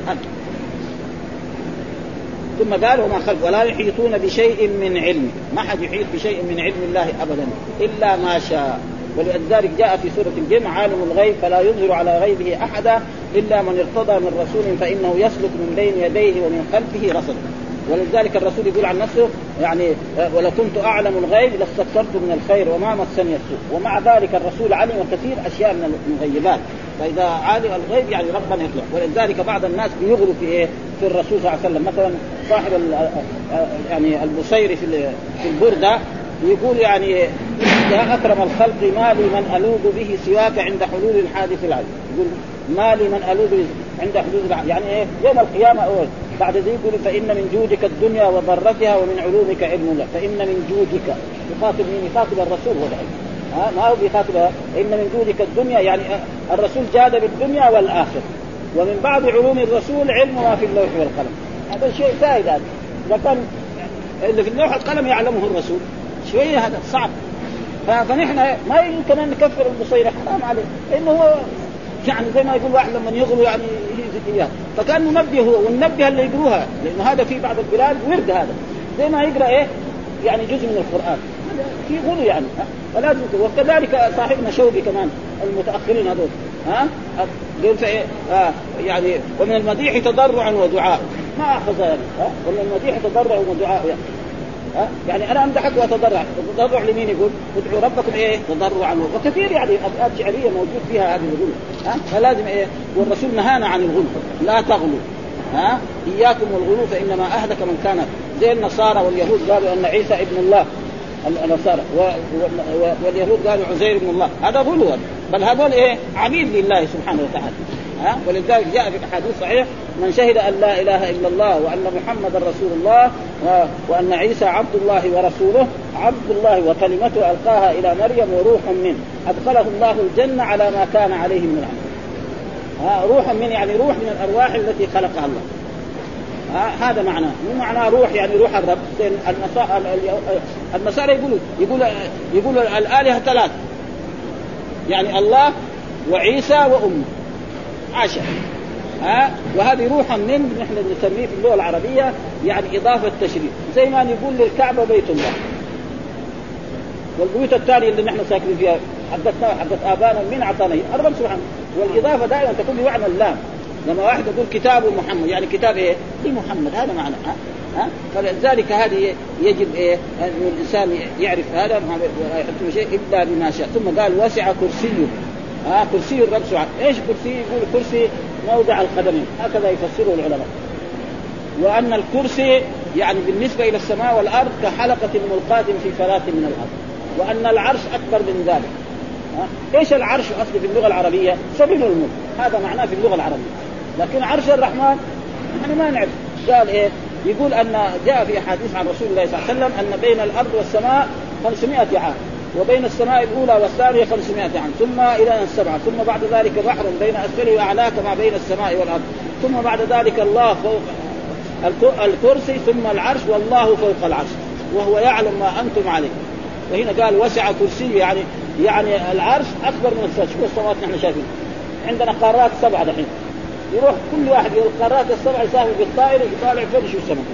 ثم قال وما خلف ولا يحيطون بشيء من علم، ما حد يحيط بشيء من علم الله أبدا إلا ما شاء. ولذلك جاء في سورة الجن عالم الغيب فلا يظهر على غيبه أحدا إلا من ارتضى من رسول فإنه يسلك من بين يديه ومن خلفه رصدا. ولذلك الرسول يقول عن نفسه يعني ولو كنت أعلم الغيب لاستكثرت من الخير وما مسني السوء. ومع ذلك الرسول علم كثير أشياء من المغيبات، فإذا عالم الغيب يعني ربنا يطلع. ولذلك بعض الناس بيغلوا في إيه في الرسول صلى الله عليه وسلم. مثلا صاحب يعني البصيري في في البردة يقول يعني يا أكرم الخلق ما لي من ألوذ به سواك عند حلول الحادث العظيم. يقول ما لي من ألوذ عند حلول الحادث، يعني إيه يوم القيامة أول. بعد ذلك يقول فإن من جودك الدنيا وضرتها ومن علومك علم الله. فإن من جودك يخاطب من يخاطب الرسول هو العلم. ها ما هو بيخاطبها. إن من جودك الدنيا يعني الرسول جاد بالدنيا والآخرة، ومن بعض علوم الرسول علم ما في اللوح والقلم. هذا شيء زائد. هذا إذا كان اللي في اللوح والقلم يعلمه الرسول شوية هذا صعب. فنحن ما يمكن أن نكفر البصيري، حرام عليه، إنه هو يعني زي ما يقول واحد لما يغلو يعني يهزك إياه. فكان منبه هو والنبه اللي يقروها، لأنه هذا في بعض البلاد ورد هذا زي ما يقرأ إيه يعني جزء من القرآن في غلو يعني. فلا تنكر. وكذلك صاحبنا شوقي كمان المتأخرين هذول ها قال فإيه آه يعني ومن المديح تضرعا ودعاء ما أخذ يعني ها ومن المديح تضرعا ودعاء يعني ها يعني أنا أمدحك وأتضرع. تضرع لمين؟ يقول ادعوا ربكم إيه تضرعا، وكثير يعني أبيات شعرية موجود فيها هذه الغلو. ها فلازم إيه والرسول نهانا عن الغلو لا تغلو. ها إياكم والغلو فإنما أهلك من كان زي النصارى واليهود قالوا أن عيسى ابن الله النصارى واليهود قالوا عزير ابن الله، هذا غلو. بل هذول إيه عبيد لله سبحانه وتعالى. ها ولذلك جاء في الحديث صحيح من شهد أن لا إله إلا الله وأن محمد رسول الله وأن عيسى عبد الله ورسوله عبد الله وكلمته ألقاها إلى مريم وروح منه أدخله الله الجنة على ما كان عليه من العمل. ها روح من يعني روح من الأرواح التي خلقها الله. ها هذا معناه، مو معناه روح يعني روح الرب. النصارى يقولوا يقول يقول الآلهة ثلاث، يعني الله وعيسى وأمه عشر. ها وهذه روحا من نحن نسميه في اللغة العربية يعني إضافة تشريف، زي ما نقول للكعبة بيت الله، والبيوت الثانية اللي نحن ساكنين فيها حقتنا حقت آبانا من عطانا الرب سبحانه. والإضافة دائما تكون بمعنى اللام. لما واحد يقول كتاب محمد يعني كتاب إيه لمحمد هذا معنى ها ها فلذلك هذه يجب إيه أن الإنسان يعرف هذا ولا يحط شيء إلا بما شاء. ثم قال وسع كرسيه ها كرسي الرب سبحانه. إيش كرسي؟ يقول كرسي موضع القدمين هكذا يفسره العلماء. وأن الكرسي يعني بالنسبة إلى السماء والأرض كحلقة ملقاة في فلاة من الأرض. وأن العرش أكبر من ذلك. إيش العرش أصل في اللغة العربية؟ سبيل الملك هذا معناه في اللغة العربية. لكن عرش الرحمن نحن ما نعرف. قال إيه؟ يقول أن جاء في حديث عن رسول الله صلى الله عليه وسلم أن بين الأرض والسماء خمسمائة عام وبين السماء الأولى والثانية خمسمائة عام ثم إلى السبعة ثم بعد ذلك بحر بين أسفله وأعلاه كما بين السماء والأرض ثم بعد ذلك الله فوق الكرسي ثم العرش والله فوق العرش وهو يعلم ما أنتم عليه. وهنا قال وسع كرسي يعني يعني العرش أكبر من السماء. شوفوا السماوات نحن شايفين عندنا قارات سبعة دحين يروح كل واحد من القارات السبعة يسافر بالطائرة يطالع فين يشوف السماء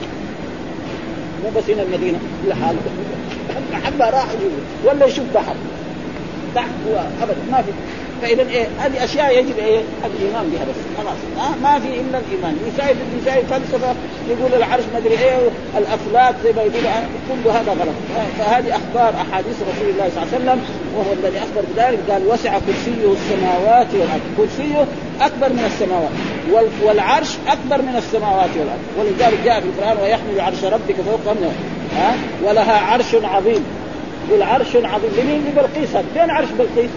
مو بس هنا المدينة لحاله حبة راح يجوز ولا يشوف بحر تحت أبدا ما في. فإذا إيه هذه أشياء يجب إيه الإيمان بها بس خلاص آه ما في إلا الإيمان. يساعد يساعد فلسفة يقول العرش ما أدري إيه الأفلاك زي ما يقول كل هذا غلط. فهذه أخبار أحاديث رسول الله صلى الله عليه وسلم وهو الذي أخبر بذلك. قال وسع كرسيه السماوات والأرض. كرسيه أكبر من السماوات والعرش أكبر من السماوات والأرض. ولذلك جاء في القرآن ويحمل عرش ربك فوقهم ها ولها عرش عظيم. والعرش عظيم لمين؟ لبلقيس. فين عرش بلقيس؟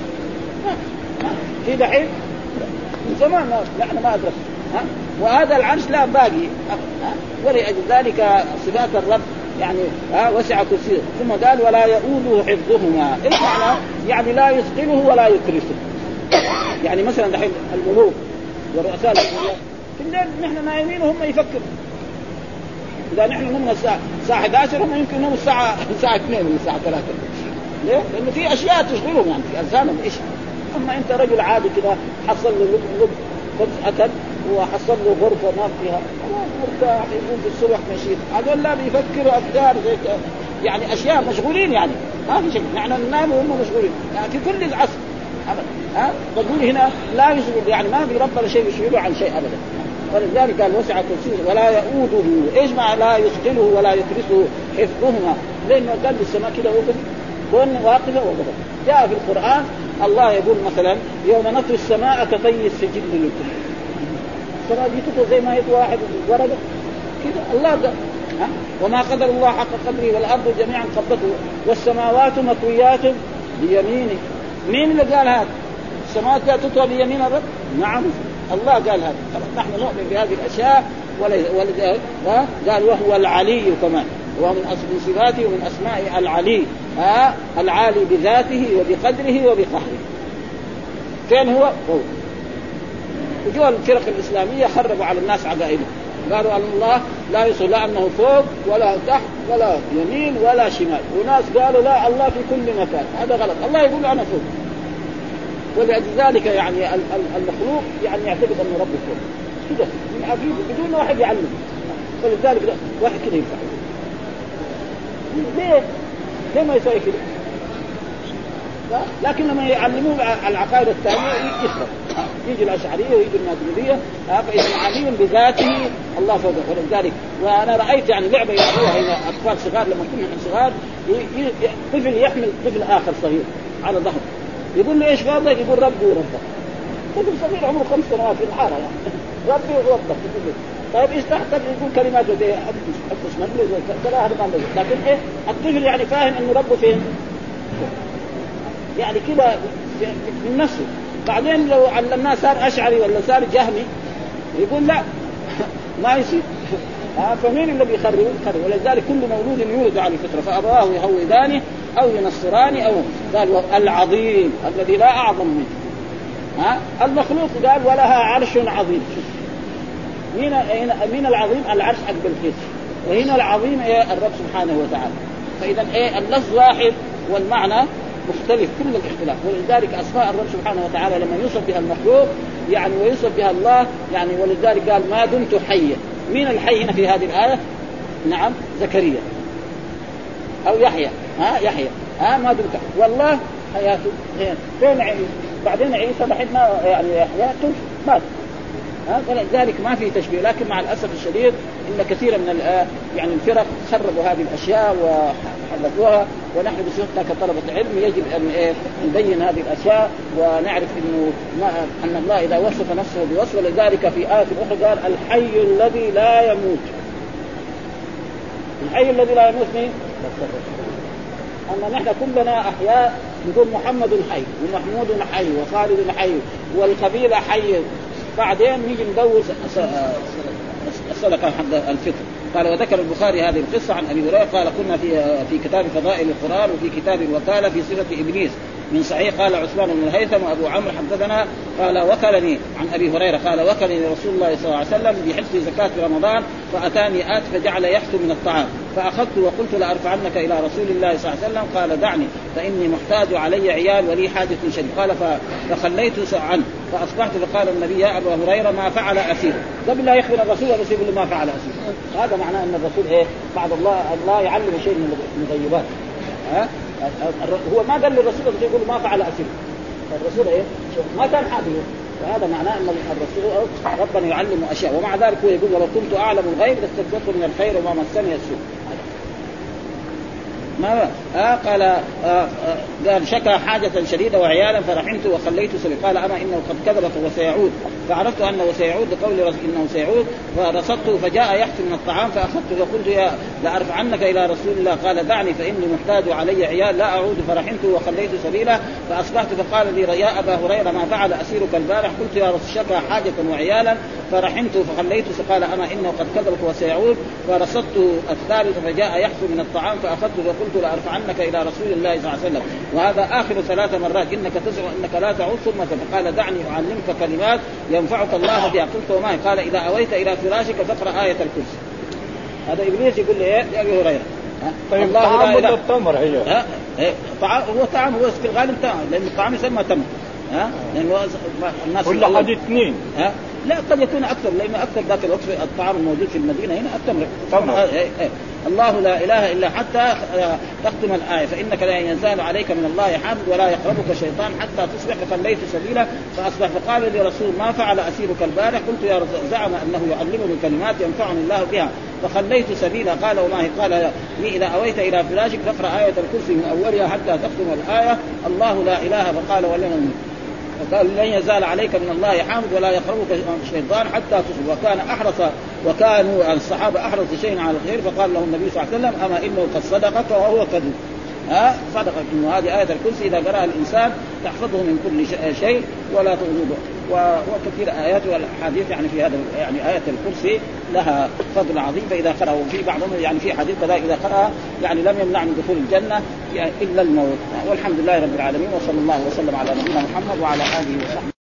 في دحين من زمان نحن ما أدرك ها وهذا العرش لا باقي ها ولأجل ذلك صفات الرب يعني ها وسع كرسيه. ثم قال ولا يؤوده حفظهما. إيش معنى؟ يعني لا يثقله ولا يكرسه. يعني مثلا دحين الملوك ورؤساء الأمور في الليل نحن نايمين وهم يفكروا. إذا نحن نمنا الساعة الساعة إحدى عشر هم يمكن نموا الساعة الساعة اثنين من الساعة ثلاثة. ليه؟ لأنه في أشياء تشغلهم يعني في أذهانهم إيش. أما أنت رجل عادي كذا حصل له لب لب خبز أكل وحصل له غرفة ما فيها مرتاح يقوم في الصبح نشيط. هذول لا بيفكروا أفكار زي يعني أشياء مشغولين يعني ما في شيء. نحن ننام وهم مشغولين يعني في كل العصر أبدا ها بقول هنا لا يشغل يعني ما في ربنا شيء يشغله عن شيء أبدا. ولذلك قال وسع كرسيه ولا يؤوده. إيش معنى لا يثقله ولا يكرسه حفظهما؟ لأنه قال السماء كده وقف كون واقفة وقف. جاء في القرآن الله يقول مثلا يوم نطوي السماء كطي السجل للكتب. السماء دي تطوي زي ما يطوي واحد ورقة كده. الله قال ها وما قدر الله حق قدره والأرض جميعا قبضته والسماوات مطويات بيمينه. مين اللي قال هذا؟ السماوات لا تطوى بيمين الرب؟ نعم الله قال هذا. نحن نؤمن بهذه الأشياء ولذلك قال وهو العلي كمان ومن من صفاته ومن أسماء العلي ها العالي بذاته وبقدره وبقهره. فين هو؟ هو وجوا الفرق الإسلامية خربوا على الناس عقائدهم قالوا أن الله لا يصل لا أنه فوق ولا تحت ولا يمين ولا شمال. وناس قالوا لا الله في كل مكان. هذا غلط. الله يقول أنا فوق. ولذلك يعني المخلوق يعني يعتقد أنه رب فوق كده من عقيدة بدون واحد يعلم. فلذلك واحد كده ينفع. ليه؟ ليه ما يسوي كده؟ لكن لما يعلموه العقائد الثانية يخرب. يجي الأشعرية ويجي الماتريدية فإذا علي بذاته الله فوقه. ولذلك وأنا رأيت يعني لعبة يلعبوها هنا أطفال صغار لما كنا صغار طفل يحمل طفل آخر صغير على ظهره يقول له إيش فاضل؟ يقول ربي وربك. طفل صغير عمره خمس سنوات في الحارة يعني ربي وربك. طيب إيش تحتاج يقول كلمات زي أبوس أبوس مبلغ كذا هذا ما له. لكن إيه الطفل يعني فاهم إنه ربه فين يعني كذا من نفسه. بعدين لو علمناه صار أشعري ولا صار جهمي يقول لا ما يصير. فمين اللي بيخرب؟ يخرب. ولذلك كل مولود يولد على الفطرة فأبواه يهودانه أو ينصرانه أو قال العظيم الذي لا أعظم منه. ها المخلوق قال ولها عرش عظيم. مين مين العظيم؟ العرش حق بلقيس. وهنا العظيم إيه؟ الرب سبحانه وتعالى. فإذا إيه اللفظ واحد والمعنى مختلف كل الاختلاف. ولذلك أسماء الرب سبحانه وتعالى لما يوصف بها المخلوق يعني ويوصف بها الله يعني. ولذلك قال ما دمت حيا. مين الحي هنا في هذه الآية؟ نعم زكريا أو يحيى. ها يحيى ها ما دمت والله حياته فين عيسى؟ بعدين عيسى بعد ما يعني يحيى مات فلذلك ما في تشبيه. لكن مع الاسف الشديد ان كثيرا من يعني الفرق خربوا هذه الاشياء وحدثوها، ونحن بصفتنا كطلبه علم يجب ان إيه نبين هذه الاشياء ونعرف انه ما ان الله اذا وصف نفسه بوصف. لذلك في آية أخرى قال الحي الذي لا يموت. الحي الذي لا يموت مين؟ أن نحن كلنا أحياء، نقول محمد حي ومحمود حي وخالد حي والقبيلة حي. بعدين نيجي ندور الصدقة حق الفطر. قال وذكر البخاري هذه القصة عن أبي هريرة قال كنا في في كتاب فضائل القرآن وفي كتاب الوكالة في صفة إبليس من صحيح. قال عثمان بن الهيثم وأبو عمرو حدثنا قال وكلني عن أبي هريرة قال وكلني رسول الله صلى الله عليه وسلم بحفظ زكاة رمضان فأتاني آت فجعل يحث من الطعام فأخذت وقلت لأرفعنك إلى رسول الله صلى الله عليه وسلم قال دعني فإني محتاج علي عيال ولي حاجة شديدة. قال فخليت عنه فأصبحت فقال النبي يا أبا هريرة ما فعل أسير. قبل لا يخبر الرسول الرسول يقول ما فعل أسير. هذا معناه أن الرسول إيه بعد الله الله يعلم شيء من المغيبات. ها هو ما قال للرسول يقول ما فعل أسير. الرسول إيه ما كان حاضر. وهذا معناه أن الرسول ربنا يعلم أشياء. ومع ذلك هو يقول ولو كنت أعلم الغيب لاستكثرت من الخير وما مسني السوء. ما آه قال آه آه قال شكى حاجة شديدة وعيالا فرحمت وخليت سبيل. قال أما إنه قد كذب فهو سيعود فعرفت أنه سيعود لقول إنه سيعود فرصدته فجاء يحث من الطعام فأخذته وقلت يا لأرفعنك إلى رسول الله قال دعني فإني محتاج علي عيال لا أعود فرحمته وخليت سبيله فأصبحت فقال لي يا أبا هريرة ما فعل أسيرك البارح. قلت يا رسول شكى حاجة وعيالا فرحمته فخليته فقال أما إنه قد كذب فهو سيعود فرصدته الثالث فجاء يحث من الطعام فأخذته وقلت قلت لأرفعنك إلى رسول الله صلى الله عليه وسلم وهذا آخر ثلاث مرات إنك تزعم أنك لا تعود ثم فقال دعني أعلمك كلمات ينفعك الله بها. قلت وما قال إذا أويت إلى فراشك فاقرأ آية الكرسي. هذا إبليس يقول لي إيه يا أبي هريرة طيب الله لا إله التمر هي ها طعام هو طعام هو في الغالب طعام لأن الطعام يسمى تمر ها لأن الناس ولا حد اثنين ها لا قد يكون أكثر لأن أكثر ذاك الوقت الطعام الموجود في المدينة هنا التمر. تمر الله لا إله إلا حتى تختم الآية فإنك لا يزال عليك من الله حامد ولا يقربك شيطان حتى تصبح فخليت سبيله فأصبح فقال لي رسول ما فعل أسيرك البارح. قلت يا رسول زعم أنه يعلمني كلمات ينفعني الله بها فخليت سبيله. قال وما هي قال لي إذا أويت إلى فراشك فاقرأ آية الكرسي من أولها حتى تختم الآية الله لا إله. فقال ولمن فقال لن يزال عليك من الله حامد ولا يقربك الشيطان حتى تصبح. وكان أحرص وكانوا الصحابة أحرص شيء على الخير فقال له النبي صلى الله عليه وسلم أما إنه قد صدقك وهو كذب. ها صدق إنه هذه آية الكرسي إذا قرأها الإنسان تحفظه من كل شيء ولا تغضبه. وكثير آيات والحديث يعني في هذا يعني آية الكرسي لها فضل عظيم فإذا قرأه وفي بعضهم يعني في حديث كذا إذا قرأ يعني لم يمنع من دخول الجنة يعني إلا الموت. والحمد لله رب العالمين وصلى الله وسلم على نبينا محمد وعلى آله وصحبه.